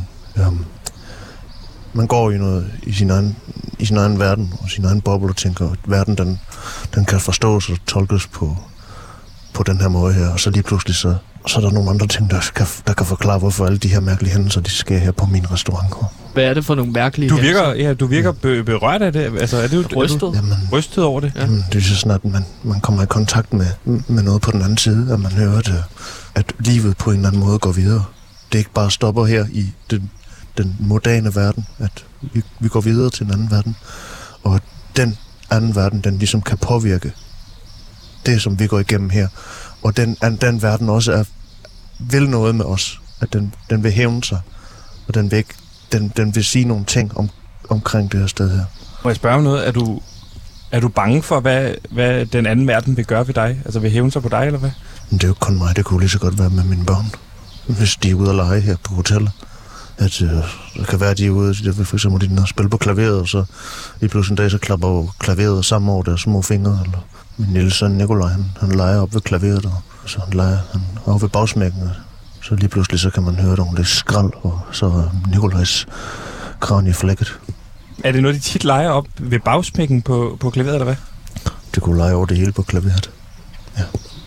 Man går i sin egen verden og sin egen boble og tænker, at verden den kan forstås og tolkes på den her måde her. Og så lige pludselig så er der nogle andre ting, der kan forklare, hvorfor alle de her mærkelige hændelser, de sker her på min restaurant. Hvad er det for nogle mærkelige hændelser? Du virker berørt af det. Altså, er det rystet? Rystet over det? Ja. Jamen, det er så snart, man kommer i kontakt med noget på den anden side, og man hører, at livet på en eller anden måde går videre. Det ikke bare stopper her i den moderne verden, at vi går videre til en anden verden, og at den anden verden, den ligesom kan påvirke det, som vi går igennem her. Og den verden også vil noget med os, at den vil hævne sig, og den vil sige nogle ting omkring det her sted her. Må jeg spørge om noget? Er du bange for, hvad den anden verden vil gøre ved dig? Altså vil hævne sig på dig, eller hvad? Men det er jo kun mig, det kunne lige så godt være med mine børn. Hvis de er ude at lege her på hotellet. At det kan være, at de er ude, for eksempel de spille på klaveret, og så i pludselig en dag, så klapper jo klaveret sammen over deres små fingre. Eller min lille søn Nikolaj, han leger op ved klaveret, og så han over ved bagsmækken. Så lige pludselig, så kan man høre nogle lidt skrald, og så er Nikolajs kranie flækket. Er det noget, de tit leger op ved bagsmækken på klaveret, eller hvad? Det kunne lege over det hele på klaveret, ja.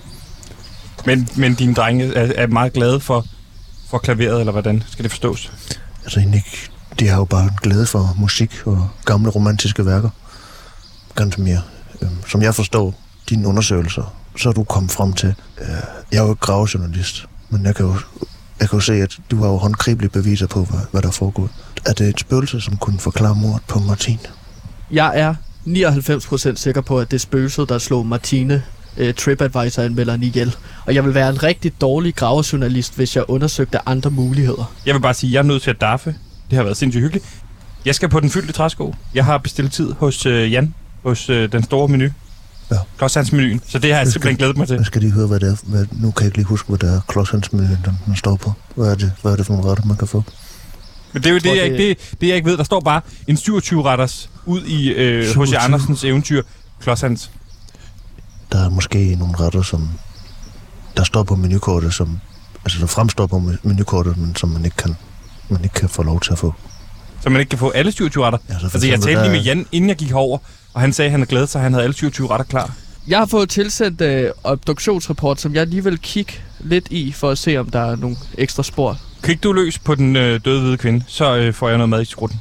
Men dine drenge er meget glade for klaveret, eller hvordan skal det forstås? Altså egentlig ikke. De har jo bare glæde for musik og gamle romantiske værker. Ganske mere. Som jeg forstår dine undersøgelser, så er du kommet frem til. Jeg er jo ikke gravejournalist, men jeg kan jo se, at du har jo håndgribelige beviser på, hvad der er foregået. Er det et spøgelse, som kunne forklare mordet på Martine? Jeg er 99% sikker på, at det er spøgelset, der slog Martine TripAdvisor-anmelderen ihjel. Og jeg vil være en rigtig dårlig gravejournalist, hvis jeg undersøgte andre muligheder. Jeg vil bare sige, at jeg er nødt til at daffe. Det har været sindssygt hyggeligt. Jeg skal på den fyldte træsko. Jeg har bestilt tid hos Jan, hos den store menu. Ja. Klodshands-menuen. Så det har jeg simpelthen glædet mig til. Jeg skal lige høre, hvad det er. Nu kan jeg ikke lige huske, hvad det er Klodshands-menuen, den står på. Hvad er det for nogle retter, man kan få? Men det er jo det, jeg ikke ved. Der står bare en 27-retters ud i H.C. Andersens eventyr Klodshands. Der er måske nogle retter, som der står på menukortet, der fremstår på menukortet, men som man ikke kan få lov til at få. Så man ikke kan få alle 27 retter? Ja, altså jeg talte lige med Jan, inden jeg gik herover, og han sagde, at han havde glædet sig, at han havde alle 27 retter klar. Jeg har fået tilsendt obduktionsrapport, som jeg lige vil kigge lidt i, for at se, om der er nogle ekstra spor. Kig du løs på den døde hvide kvinde, så får jeg noget mad i skrutten.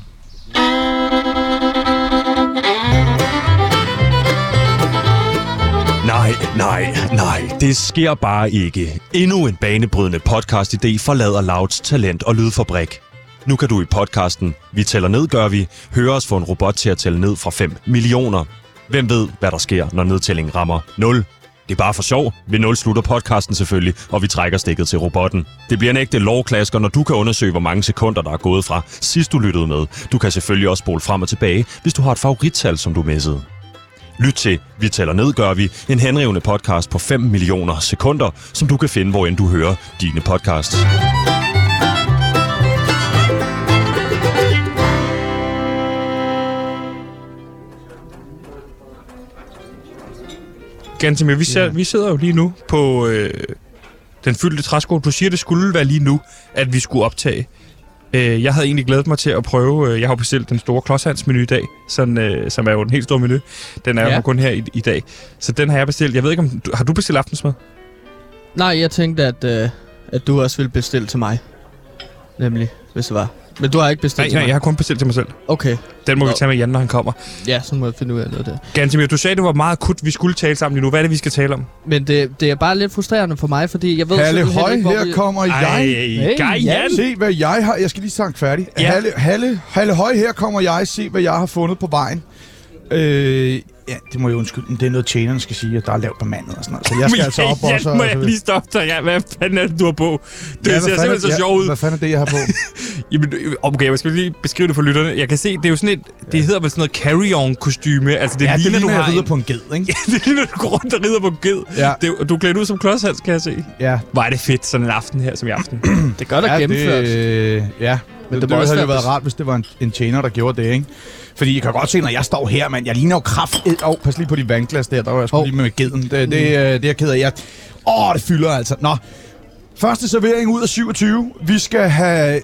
Nej, det sker bare ikke. Endnu en banebrydende podcast-idé forlader Louds talent- og lydfabrik. Nu kan du i podcasten Vi tæller ned, gør vi, høre os få en robot til at tælle ned fra 5 millioner. Hvem ved, hvad der sker, når nedtællingen rammer 0? Det er bare for sjov. Ved 0 slutter podcasten selvfølgelig, og vi trækker stikket til robotten. Det bliver en ægte lovklasker, når du kan undersøge, hvor mange sekunder, der er gået fra sidst du lyttede med. Du kan selvfølgelig også spole frem og tilbage, hvis du har et favorittal, som du missede. Lyt til Vi tæller ned, gør vi, en henrivende podcast på 5 millioner sekunder, som du kan finde, hvor end du hører dine podcasts. Gantemir, vi sidder jo lige nu på den fyldte træsko. Du siger, det skulle være lige nu, at vi skulle optage. Jeg havde egentlig glædet mig til at prøve. Jeg har bestilt den store Klodshands-menu i dag, som er jo en helt stor menu. Den er jo kun her i dag. Så den har jeg bestilt. Jeg ved ikke, om har du bestilt aftensmad? Nej, jeg tænkte, at du også ville bestille til mig. Nemlig, hvis det var. Men du har ikke bestilt til Nej, mig? jeg har kun bestilt til mig selv. Okay. Den må vi tage med Jan, når han kommer. Ja, så må jeg finde ud af noget der. Gantemir, du sagde, det var meget akut, vi skulle tale sammen lige nu. Hvad er det, vi skal tale om? Men det er bare lidt frustrerende for mig, fordi jeg ved Halle simpelthen Høj, ikke, hvor her kommer jeg. Hey, Jan! Se, hvad jeg har... Jeg skal lige snakke færdig. Ja. Halle Høj, her kommer jeg. Se, hvad jeg har fundet på vejen. Ja, det må jeg undskylde. Det er noget, tjeneren skal sige, at der er lavt bemandet og sådan noget. Så jeg skal altså op Jan, også... må jeg lige stoppe dig? Ja, hvad fanden er det, du har på? Det ser simpelthen så sjovt ud. Hvad fanden er det, jeg har på? Jamen, okay, jeg skal lige beskrive det for lytterne. Jeg kan se, det er jo sådan et... Det hedder vel sådan noget carry-on-kostyme. Altså, det ligner, du har rider på en ged, ikke? Ja, det ligner, du går rundt og rider på en ged. Ja. Du er klædt ud som klodshals, kan jeg se. Ja. Hvor er det fedt, sådan en aften her som i aften. Det gør der gennemført. Ja, Men det må også havde jo være- været rart, hvis det var en tjener, der gjorde det, ikke? Fordi I kan godt se, når jeg står her, mand, jeg ligner jo pas lige på de vandglas der var jeg sgu lige med geden. Det er jeg ked af. Det fylder altså. Nå, første servering ud af 27. Vi skal have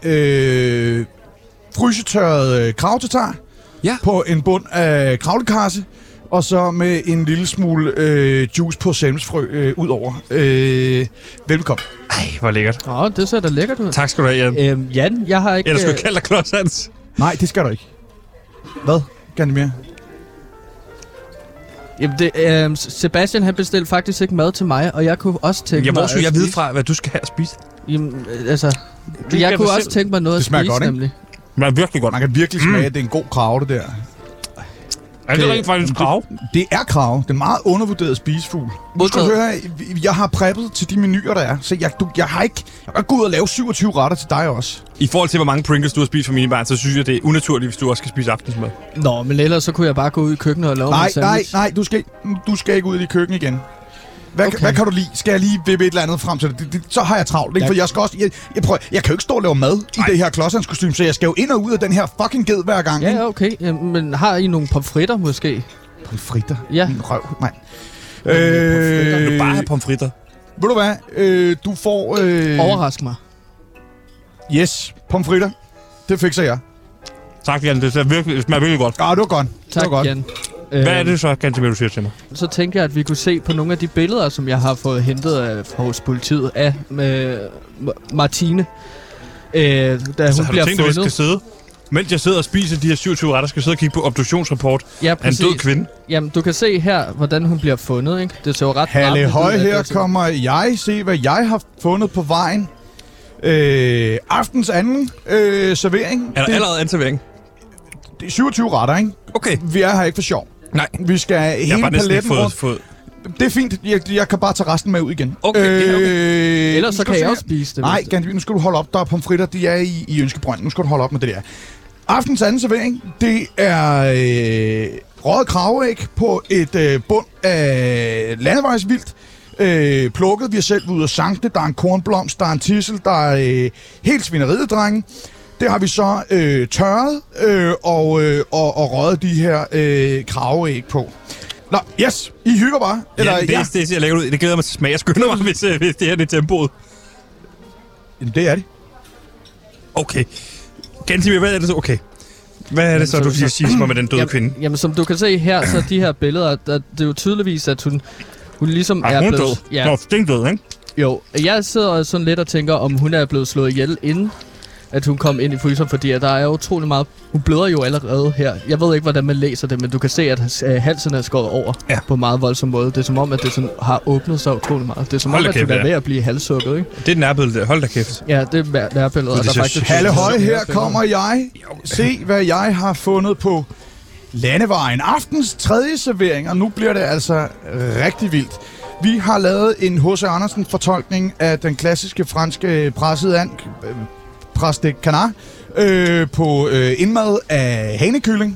frysetørret kravtatar på en bund af kravlekasse, og så med en lille smule juice på salmsfrø udover. Velkommen. Ej, hvor lækkert. Det ser da lækkert ud. Tak skal du have, Jan. Jan, jeg har ikke... Ellers skulle jeg kalde dig klodshals. Nej, det skal du ikke. Hvad? Gerne mere? Jamen, Sebastian han bestilte faktisk ikke mad til mig, og jeg kunne også tænke mig... Hvor skulle jeg at vide spise- fra, hvad du skal have at spise? Jamen, altså... kan Jeg kunne bestemme. også tænke mig noget Det at smager spise, godt, ikke? nemlig. Det er virkelig godt. Man kan virkelig smage, at det er en god krav, det der. Er det rent faktisk krav? Det er krav. Det er en meget undervurderet spisefugl. Nu skal du høre, jeg har preppet til de menuer, der er. Så jeg har ikke... Jeg kan gå ud og lave 27 retter til dig også. I forhold til, hvor mange Pringles du har spist for mine barn, så synes jeg, det er unaturligt, hvis du også skal spise aftensmad. Nå, men ellers så kunne jeg bare gå ud i køkkenet og lave en sandwich. Nej, du skal ikke ud i køkken igen. Hvad kan du lide? Skal jeg lige vippe et eller andet frem til det? Så har jeg travlt, ikke? For jeg skal også... Jeg kan jo ikke stå og lave mad i det her klodshandskostyme, så jeg skal jo ind og ud af den her fucking ged hver gang. Ja, okay. Men har I nogle pomfritter måske? Pomfritter? Ja. Min røv, mand. Du bare have pomfritter. Ved du hvad? Du får... Overrask mig. Yes, pomfritter. Det fikser jeg. Tak, Jan. Det smager virkelig godt. Ja, det var godt. Tak, det var godt. Jan. Hvad er det så, Gantemir, du siger til mig? Så tænker jeg, at vi kunne se på nogle af de billeder, som jeg har fået hentet hos politiet af Martine. Da Altså, hun har bliver du tænkt, at vi fundet. skal sidde, mens jeg sidder og spiser de her 27 retter, skal jeg sidde og kigge på obduktionsrapport Ja, af en præcis. død kvinde? Jamen, du kan se her, hvordan hun bliver fundet, ikke? Det ser jo ret Halle drabligt ud, Høj, at her det er- kommer jeg. Se, hvad jeg har fundet på vejen. Aftens anden servering. Er der allerede anden servering? Det er 27 retter, ikke? Okay. Vi er her ikke for sjov. Nej. Vi skal Jeg har hele bare næsten ikke paletten rundt. fået... Det er fint. Jeg kan bare tage resten med ud igen. Okay, okay. Ellers så nu skal kan du jeg se også her. spise det. Nej, hvis det- Gantemir, nu skal du holde op. Der er pomfritter, de er i Ønskebrønd. Nu skal du holde op med det der. Aftens anden servering, det er røget kraveæg på et bund af landevejsvildt. Plukket, vi har selv været ude og sanke det. Der er en kornblomst, der er en tissel, der er helt svineriedrenge. Det har vi så tørret og røget de her kraveæg på. Nå, yes, I hygger bare. Eller, Ja, det ser lækkert ud. Det glæder mig til smag. Jeg skynder mig, hvis det her er tempoet. Jamen, det er det. Okay. Gantemir, hvad er det så? Okay. Hvad er det så, du siger til mig med den døde kvinde? Jamen, som du kan se her, så de her billeder, det er jo tydeligvis, at hun ligesom Ej, er hun er blevet... død. Ja, Nå, stendød, ikke? jo. Jeg sidder sådan lidt og tænker, om hun er blevet slået ihjel inden, at hun kom ind i fryseren, fordi at der er utrolig meget... Hun bløder jo allerede her. Jeg ved ikke, hvordan man læser det, men du kan se, at halsen er skåret over på en meget voldsom måde. Det er som om, at det sådan har åbnet sig utrolig meget. Det er som om, at hun er ved at blive halssukket, ikke? Det er nærbilledet der. Hold da kæft. Ja, det er nærbilledet. og der er faktisk... Halle Høj, her kommer jeg. Se, hvad jeg har fundet på landevejen. Aftens tredje servering, og nu bliver det altså rigtig vildt. Vi har lavet en H.C. Andersen-fortolkning af den klassiske franske pressede and, Pras de Canard, på indmad af hanekylling.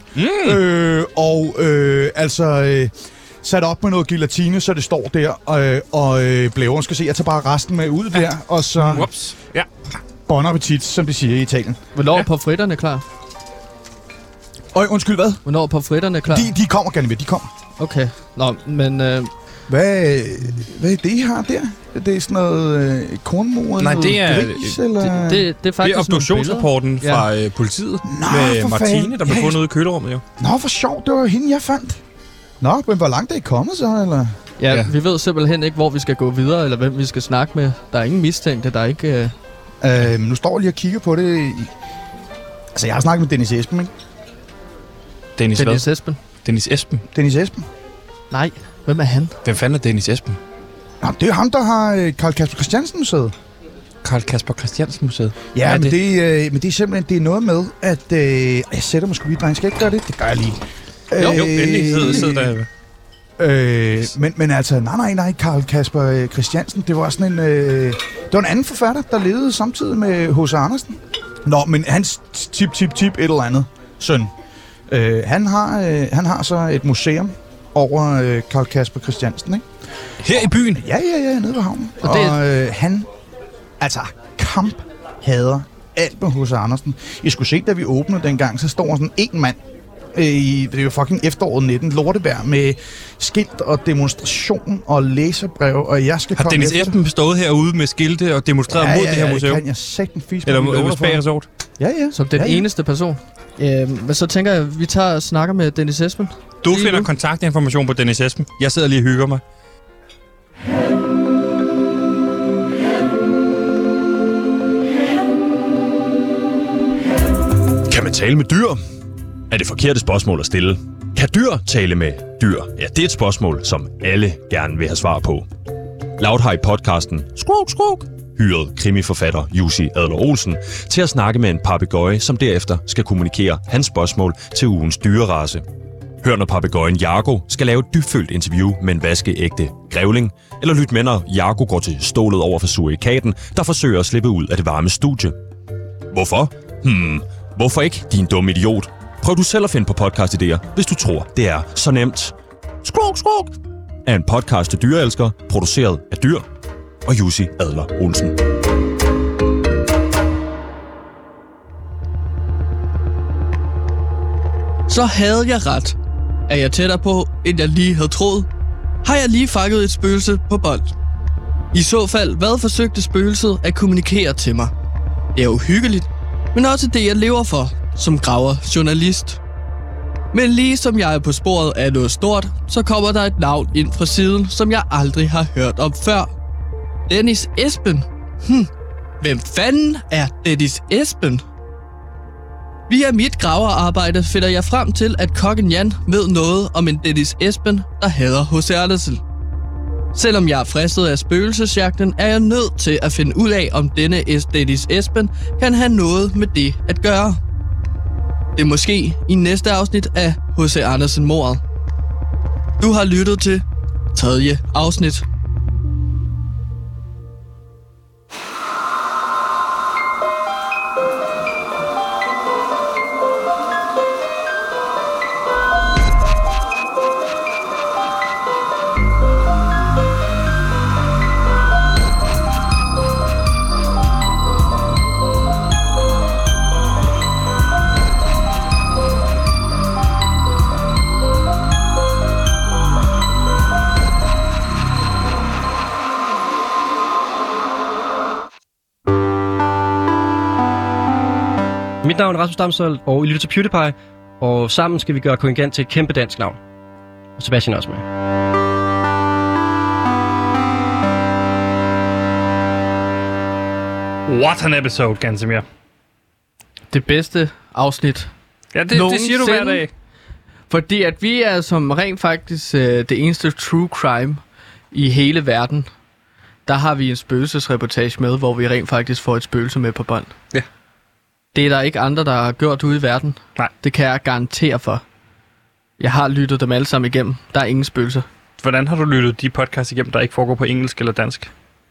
Sat op med noget gelatine, så det står der, og blæveren skal se. Jeg tager bare resten med ud der, og så Ups. Ja. bon appetit, som de siger i Italien. Hvornår er pomfritterne klar? Undskyld, hvad? Hvornår er pomfritterne klar? De kommer, Gantemir, de kommer. Okay. Nå, men... Hvad er det, I har der? Det er sådan noget kornmor? Nej, det er... Gris, eller? det er faktisk Det er obduktionsrapporten fra politiet med for Martine, fanden. der blev Ja, fundet ude i kølerummet, jo. Nå, for sjovt, det var hende, jeg fandt. Nå, men hvor langt er I kommet så, eller? Ja, vi ved simpelthen ikke, hvor vi skal gå videre, eller hvem vi skal snakke med. Der er ingen mistænkte, der er ikke... Nu står jeg lige og kigger på det. Altså, jeg har snakket med Dennis Esben, ikke? Dennis Esben? Dennis Esben? Dennis Esben? Nej, hvem er han? Hvem fanden er Dennis Esben? Nå, det er ham, der har Carl Kasper Christiansen Museet. Carl Kasper Christiansen Museet? Ja, men det er simpelthen det er noget med, at... jeg sætter mig sgu lige, dreng. Skal jeg ikke gøre det? Det gør jeg lige. Jo, endelig sidder der. Men altså, nej, Carl Kasper Christiansen, det var sådan en... det var en anden forfatter, der levede samtidig med H.C. Andersen. Nå, men hans tip et eller andet søn. Han har så et museum over Carl Kasper Christiansen, ikke? Her i byen? Ja, nede ved havnen. Og han, altså, hader alt med H.C. Andersen. Jeg skulle se, da vi åbnede dengang, så står sådan en mand det er jo fucking efteråret 19, Lortebær, med skilt og demonstration og læserbrev, og jeg skal komme. Har Dennis Esben stået herude med skilte og demonstreret mod det her museum? Ja, kan jeg sætte en fisk. Eller mod Spagersort? Ja. Som den eneste person. Men så tænker jeg, at vi tager og snakker med Dennis Esben. Du finder kontaktinformation på Dennis Esben. Jeg sidder lige og hygger mig. Kan man tale med dyr? Er det forkerte spørgsmål at stille. Kan dyr tale med dyr? Ja, det er et spørgsmål, som alle gerne vil have svar på. Loud har i podcasten Skruk hyret krimiforfatter Jussi Adler-Olsen til at snakke med en papegøje, som derefter skal kommunikere hans spørgsmål til ugens dyrerace. Hør, når papegøjen Jago skal lave et dybfølt interview med en vaskeægte grævling, eller lyt med, når Jago går til stålet over for surikaten, der forsøger at slippe ud af det varme studie. Hvorfor? Hvorfor ikke, din dumme idiot? Prøv du selv at finde på podcast-idéer, hvis du tror, det er så nemt. Skruk er en podcast til dyreelskere, produceret af dyr og Jussi Adler-Olsen. Så havde jeg ret. Er jeg tættere på, end jeg lige havde troet? Har jeg lige fanget et spøgelse på bånd? I så fald, hvad forsøgte spøgelset at kommunikere til mig? Det er uhyggeligt, men også det, jeg lever for som graverjournalist. Men lige som jeg er på sporet af noget stort, så kommer der et navn ind fra siden, som jeg aldrig har hørt om før. Dennis Esben. Hvem fanden er Dennis Esben? Via mit graverarbejde finder jeg frem til, at kokken Jan ved noget om en Dennis Esben, der hader H.C. Andersen. Selvom jeg er fristet af spøgelsesjagten, er jeg nødt til at finde ud af, om denne Dennis Esben kan have noget med det at gøre. Det er måske i næste afsnit af H.C. Andersen-mordet. Du har lyttet til 3. afsnit. Mit navn er Rasmus Damsholdt, og I lytter til PewDiePie, og sammen skal vi gøre Kongigant til et kæmpe dansk navn. Og Sebastian også med. What an episode, Gansimir. Det bedste afsnit. Ja, det siger du hver dag. Fordi at vi er som rent faktisk det eneste true crime i hele verden. Der har vi en spøgelsesreportage med, hvor vi rent faktisk får et spøgelse med på bånd. Ja. Det er der ikke andre, der har gjort ude i verden. Nej. Det kan jeg garantere for. Jeg har lyttet dem alle sammen igennem. Der er ingen spøgelser. Hvordan har du lyttet de podcasts igennem, der ikke foregår på engelsk eller dansk?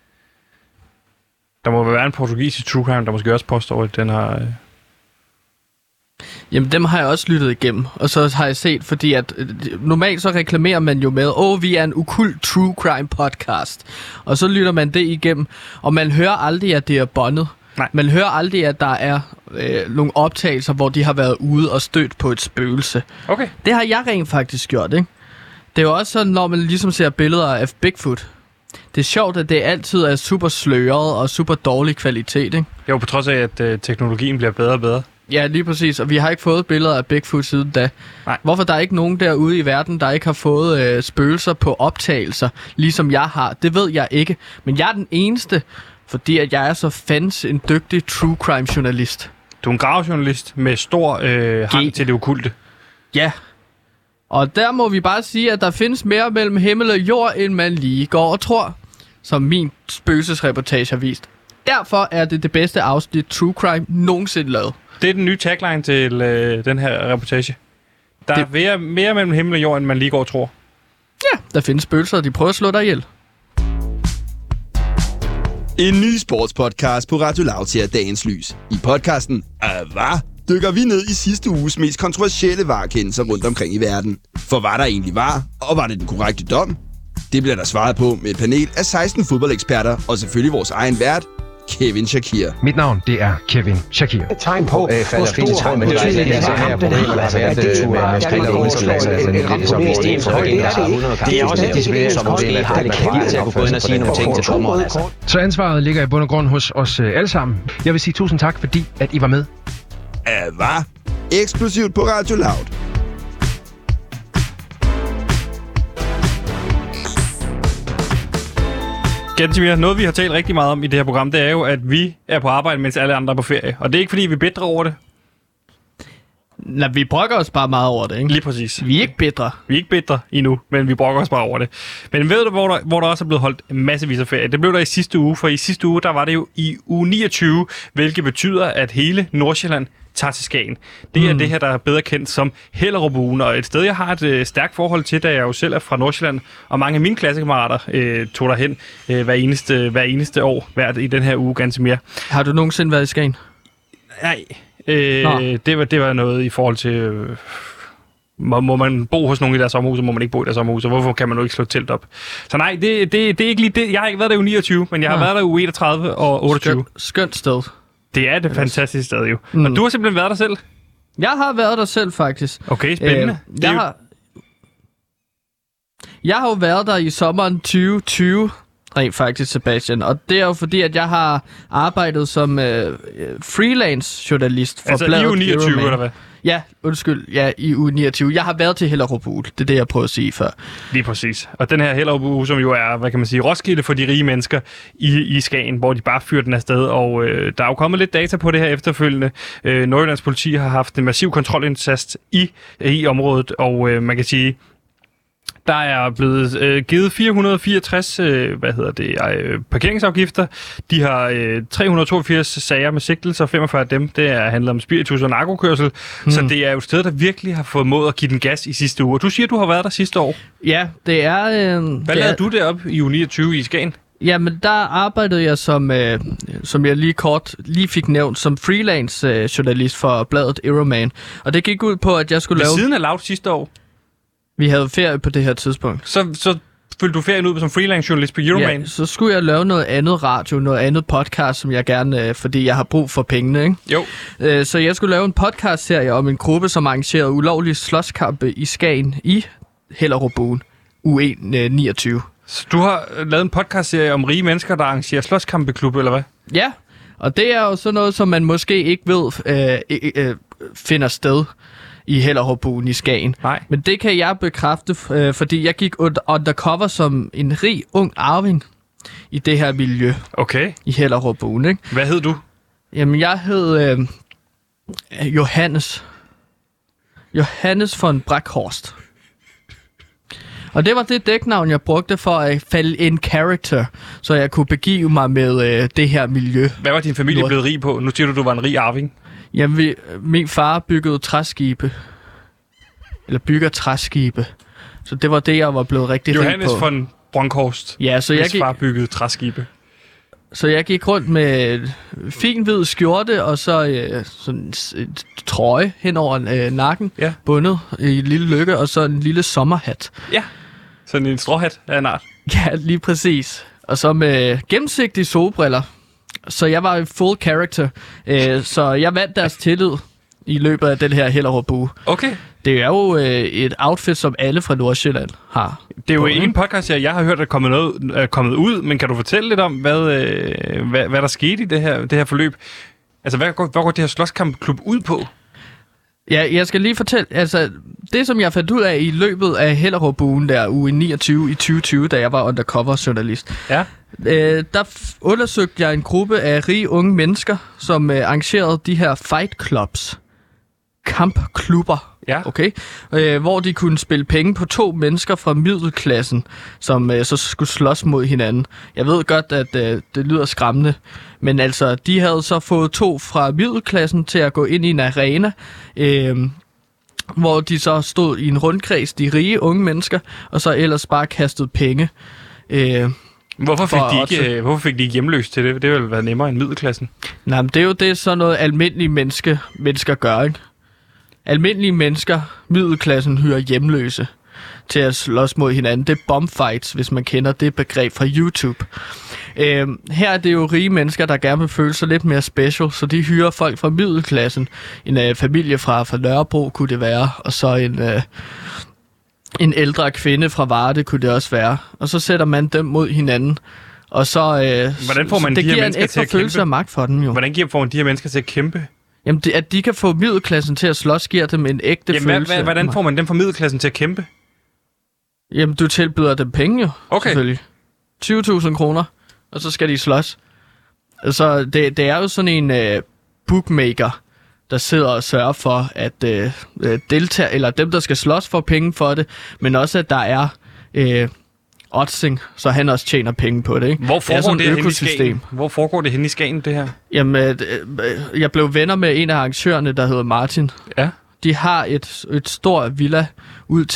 Der må være en portugisisk true crime, der måske også påstår, at den har... Jamen, dem har jeg også lyttet igennem. Og så har jeg set, fordi at normalt så reklamerer man jo med, vi er en okult true crime podcast. Og så lytter man det igennem, og man hører aldrig, at det er båndet. Nej. Man hører aldrig, at der er nogle optagelser, hvor de har været ude og stødt på et spøgelse. Okay. Det har jeg rent faktisk gjort, ikke? Det er jo også sådan, når man ligesom ser billeder af Bigfoot. Det er sjovt, at det altid er super sløret og super dårlig kvalitet, ikke? Jo, på trods af, at teknologien bliver bedre og bedre. Ja, lige præcis. Og vi har ikke fået billeder af Bigfoot siden da. Nej. Hvorfor der er ikke nogen derude i verden, der ikke har fået spøgelser på optagelser, ligesom jeg har? Det ved jeg ikke. Men jeg er den eneste, fordi at jeg er så fans en dygtig true crime journalist. Du er en gravejournalist med stor hang til det okkulte. Ja. Og der må vi bare sige, at der findes mere mellem himmel og jord, end man lige går og tror. Som min spøgelsesreportage har vist. Derfor er det bedste afsnit True Crime nogensinde lavet. Det er den nye tagline til den her reportage. Der er mere mellem himmel og jord, end man lige går og tror. Ja, der findes spøgelser, og de prøver at slå dig ihjel. En ny sportspodcast på Radio Loud ser dagens lys. I podcasten Hvad? Dykker vi ned i sidste uges mest kontroversielle VAR-kendelser rundt omkring i verden. For hvad der egentlig var, og var det den korrekte dom? Det bliver der svaret på med et panel af 16 fodboldeksperter, og selvfølgelig vores egen vært, Kevin Shakir. Mit navn, det er Kevin Shakir. Et tegn på, hvor stor men det er det her problem, altså at det er spiller udskilt, det er også et disciplin, som måske har lidt kæmpe til at gå ind og sige nogle ting til dommeren. Så ansvaret ligger i bund og grund hos os alle sammen. Jeg vil sige tusind tak, fordi at I var med. Hvad? Eksplosivt på Radio Loud. Gantemir, noget vi har talt rigtig meget om i det her program, det er jo, at vi er på arbejde, mens alle andre er på ferie. Og det er ikke, fordi vi er bedre over det. Nej, vi brokker os bare meget over det, ikke? Lige præcis. Vi er ikke bedre. Vi er ikke bedre endnu, men vi brokker os bare over det. Men ved du, hvor der også er blevet holdt massevis af ferie? Det blev der i sidste uge, for i sidste uge, der var det jo i uge 29, hvilket betyder, at hele Nordsjælland tager til Skagen. Det er det her, der er bedre kendt som Hellerup-ugen, og et sted, jeg har et stærkt forhold til, da jeg jo selv er fra Nordsjælland, og mange af mine klassekammerater tog derhen hver eneste år, hvert i den her uge, ganske mere. Har du nogensinde været i Skagen? Nej. Det var noget i forhold til... Må man bo hos nogen i deres sommerhus, og må man ikke bo i deres sommerhus, og hvorfor kan man nu ikke slå telt op? Så nej, det er ikke lige det. Jeg har ikke været der i uge 29, men jeg har været der i uge 31 og 28. Skønt sted. Det er det fantastiske sted jo. Og du har simpelthen været der selv? Jeg har været der selv, faktisk. Okay, spændende. Jeg har jo været der i sommeren 2020, rent faktisk, Sebastian. Og det er jo fordi, at jeg har arbejdet som freelance journalist for altså bladet i uge 29, Euroman. eller hvad? Ja, undskyld. Ja, i uge 29. Jeg har været til Hellerup-ugen. Det er det, jeg prøver at sige før. Lige præcis. Og den her Hellerup-uge, som jo er, hvad kan man sige, Roskilde for de rige mennesker i Skagen, hvor de bare fyrer den afsted. Og der er jo kommet lidt data på det her efterfølgende. Nordjyllands politi har haft en massiv kontrolindsats i området, og man kan sige... Der er blevet givet 464 parkeringsafgifter. De har 382 sager med sigtelser, 45 af dem, det er handlet om spiritus og narkokørsel. Så det er jo et sted, der virkelig har formået at give den gas i sidste uge. Du siger, du har været der sidste år. Ja, det er... Hvad lavede du deroppe i uge 29 i Skagen? Jamen, der arbejdede jeg som jeg lige fik nævnt, som freelance journalist for bladet Euroman. Og det gik ud på, at jeg skulle lave... Ved siden af Loud sidste år? Vi havde ferie på det her tidspunkt. Så fyldte du ferien ud som freelance journalist på Euroman? Ja, så skulle jeg lave noget andet radio, noget andet podcast, som jeg gerne, fordi jeg har brug for pengene, ikke? Jo. Så jeg skulle lave en podcast-serie om en gruppe, som arrangerede ulovlige slåskampe i Skagen i Hellerup-ugen, uge 29. Så du har lavet en podcast-serie om rige mennesker, der arrangerer slåskampeklub, eller hvad? Ja, og det er jo sådan noget, som man måske ikke ved finder sted i Hellerup-ugen i Skagen. Nej. Men det kan jeg bekræfte, fordi jeg gik undercover som en rig, ung arving i det her miljø. Okay. I Hellerup-ugen, ikke? Hvad hed du? Jamen, jeg hed Johannes. Johannes von Breckhorst. Og det var det dæknavn, jeg brugte for at falde in character, så jeg kunne begive mig med det her miljø. Hvad var din familie blevet rig på? Nu siger du var en rig arving. Jamen, min far byggede træskibe. Eller bygger træskibe. Så det var det, jeg var blevet rigtig rig på. Johannes von Breckhorst. Ja, så jeg far byggede træskibe. Så jeg gik rundt med fin hvid skjorte og så sådan en trøje hen over nakken, bundet i en lille lykke, og så en lille sommerhat. Ja, sådan en stråhat af en art. Ja, lige præcis. Og så med gennemsigtige solbriller. Så jeg var i full character. Så jeg vandt deres tillid i løbet af den her Hellerup-uge. Okay. Det er jo et outfit, som alle fra Nordsjælland har. Det er jo en podcast, jeg har hørt, er kommet ud, men kan du fortælle lidt om, hvad der skete i det her forløb? Altså, hvad går det her slåskampklub ud på? Ja, jeg skal lige fortælle, altså, det som jeg fandt ud af i løbet af Hellerup-ugen der, uge 29 i 2020, da jeg var undercover journalist. Ja. Der undersøgte jeg en gruppe af rige unge mennesker, som arrangerede de her fight clubs. Kampklubber. Ja. Okay? Hvor de kunne spille penge på 2 mennesker fra middelklassen, som så skulle slås mod hinanden. Jeg ved godt, at det lyder skræmmende, men altså, de havde så fået 2 fra middelklassen til at gå ind i en arena, hvor de så stod i en rundkreds, de rige unge mennesker, og så ellers bare kastede penge. Hvorfor fik de ikke hjemløs til det? Det ville være nemmere end middelklassen. Nej, men det er jo det, sådan noget almindelige mennesker gør, ikke? Almindelige mennesker, middelklassen, hyrer hjemløse til at slås mod hinanden. Det er bombfights, hvis man kender det begreb fra YouTube. Her er det jo rige mennesker, der gerne vil føle sig lidt mere special, så de hyrer folk fra middelklassen. En familie fra Nørrebro kunne det være, og så en ældre kvinde fra Varde kunne det også være. Og så sætter man dem mod hinanden. Og så hvordan får man det de her giver mennesker en til at ekstra følelse kæmpe? af magt for dem jo. Hvordan får man de her mennesker til at kæmpe? Jamen, at de kan få middelklassen til at slås, giver dem en ægte følelse. Hvordan får man dem fra middelklassen til at kæmpe? Jamen, du tilbyder dem penge jo, selvfølgelig. 20.000 kroner, og så skal de slås. Altså, det er jo sådan en bookmaker, der sidder og sørger for, at deltager, eller dem, der skal slås, får penge for det, men også, at der er oddsing, så han også tjener penge på det, ikke? Hvor foregår det henne i Skagen? Hvor foregår det henne i Skagen, det her? Jamen, jeg blev venner med en af arrangørerne, der hedder Martin. Ja. De har et stort villa ud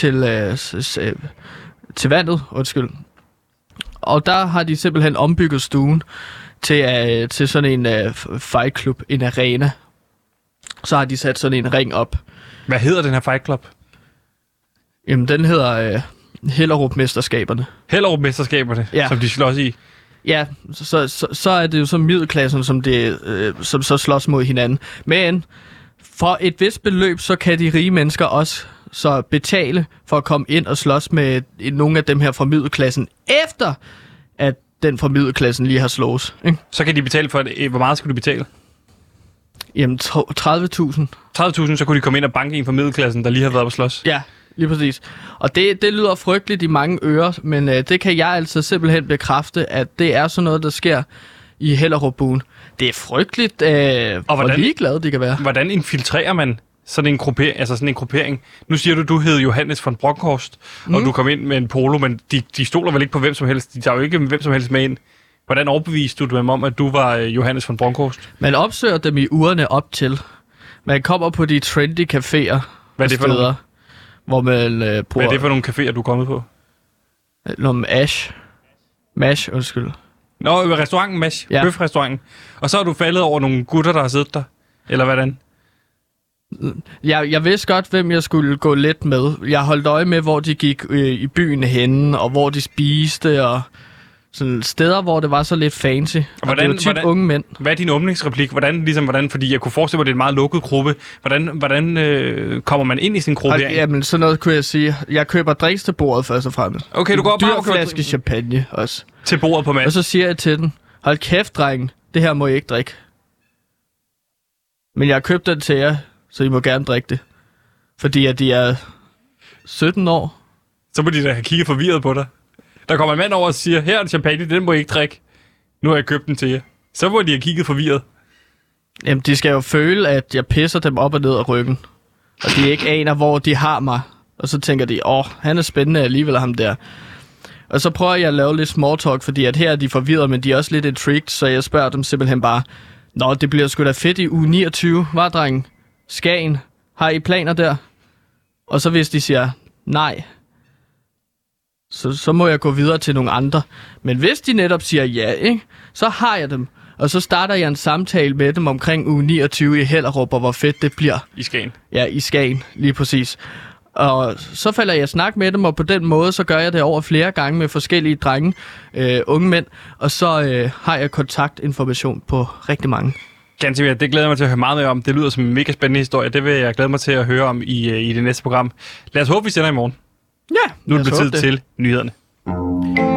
til vandet, Og der har de simpelthen ombygget stuen til sådan en fight club, en arena. Så har de sat sådan en ring op. Hvad hedder den her fight club? Jamen, den hedder Hellerup-mesterskaberne. Hellerup-mesterskaberne, ja. Som de slås i? Ja, så er det jo så middelklassen, som så slås mod hinanden. Men for et vist beløb, så kan de rige mennesker også så betale for at komme ind og slås med nogle af dem her fra middelklassen, efter at den fra middelklassen lige har slås. Ikke? Så kan de betale for det. Hvor meget skal du betale? Jamen 30.000. 30.000, så kunne de komme ind og banke en fra middelklassen, der lige har været på slås? Ja, lige præcis. Og det lyder frygteligt i mange ører, men det kan jeg altså simpelthen bekræfte, at det er sådan noget, der sker i Hellerup-buen. Det er frygteligt, hvor ligeglade de kan være. Hvordan infiltrerer man sådan en gruppering? Nu siger du hed Johannes von Bronckhorst, og du kom ind med en polo, men de stoler vel ikke på hvem som helst? De tager jo ikke hvem som helst med ind. Hvordan overbeviste du dem om, at du var Johannes von Bronckhorst? Man opsøger dem i ugerne op til. Man kommer på de trendy caféer og steder, hvor man bruger... Hvad er det for nogle caféer, du er kommet på? Mash, undskyld. Nå, restauranten Mash, ja. Bøfrestauranten. Og så har du faldet over nogle gutter, der har siddet der? Eller hvordan? Jeg vidste godt, hvem jeg skulle gå lidt med. Jeg holdt øje med, hvor de gik i byen henne, og hvor de spiste, og sådan steder, hvor det var så lidt fancy. Og det var tit unge mænd. Hvad er din åbningsreplik? Hvordan, fordi jeg kunne forestille mig, at det er en meget lukket gruppe. Hvordan kommer man ind i sin gruppe? Jamen, sådan noget kunne jeg sige. Jeg køber drinks til bordet først og fremmest. Okay, du går bare og køber flaske champagne også. Til bordet på Mads. Og så siger jeg til den, hold kæft, drengen, det her må I ikke drikke. Men jeg har købt den til jer, så I må gerne drikke det. Fordi at de er 17 år. Så må de da have kigget forvirret på dig. Der kommer en mand over og siger, her er en champagne, den må I ikke drikke. Nu har jeg købt den til jer. Så må de have kigget forvirret. Jamen, de skal jo føle, at jeg pisser dem op og ned af ryggen. Og de ikke aner, hvor de har mig. Og så tænker de, han er spændende alligevel, ham der. Og så prøver jeg at lave lidt small talk, fordi at her er de forvirret, men de er også lidt intrigued, så jeg spørger dem simpelthen bare, nå, det bliver sgu da fedt i uge 29, var drengen? Skagen, har I planer der? Og så hvis de siger nej, så må jeg gå videre til nogle andre. Men hvis de netop siger ja, ikke, så har jeg dem. Og så starter jeg en samtale med dem omkring uge 29 i Hellerup, og hvor fedt det bliver. I Skagen? Ja, i Skagen, lige præcis. Og så falder jeg snak med dem, og på den måde, så gør jeg det over flere gange med forskellige drenge, unge mænd. Og så har jeg kontaktinformation på rigtig mange. Ganske det glæder jeg mig til at høre meget mere om. Det lyder som en mega spændende historie. Det vil jeg glæde mig til at høre om i det næste program. Lad os håbe, vi sender i morgen. Ja. Nu er det tid til nyhederne.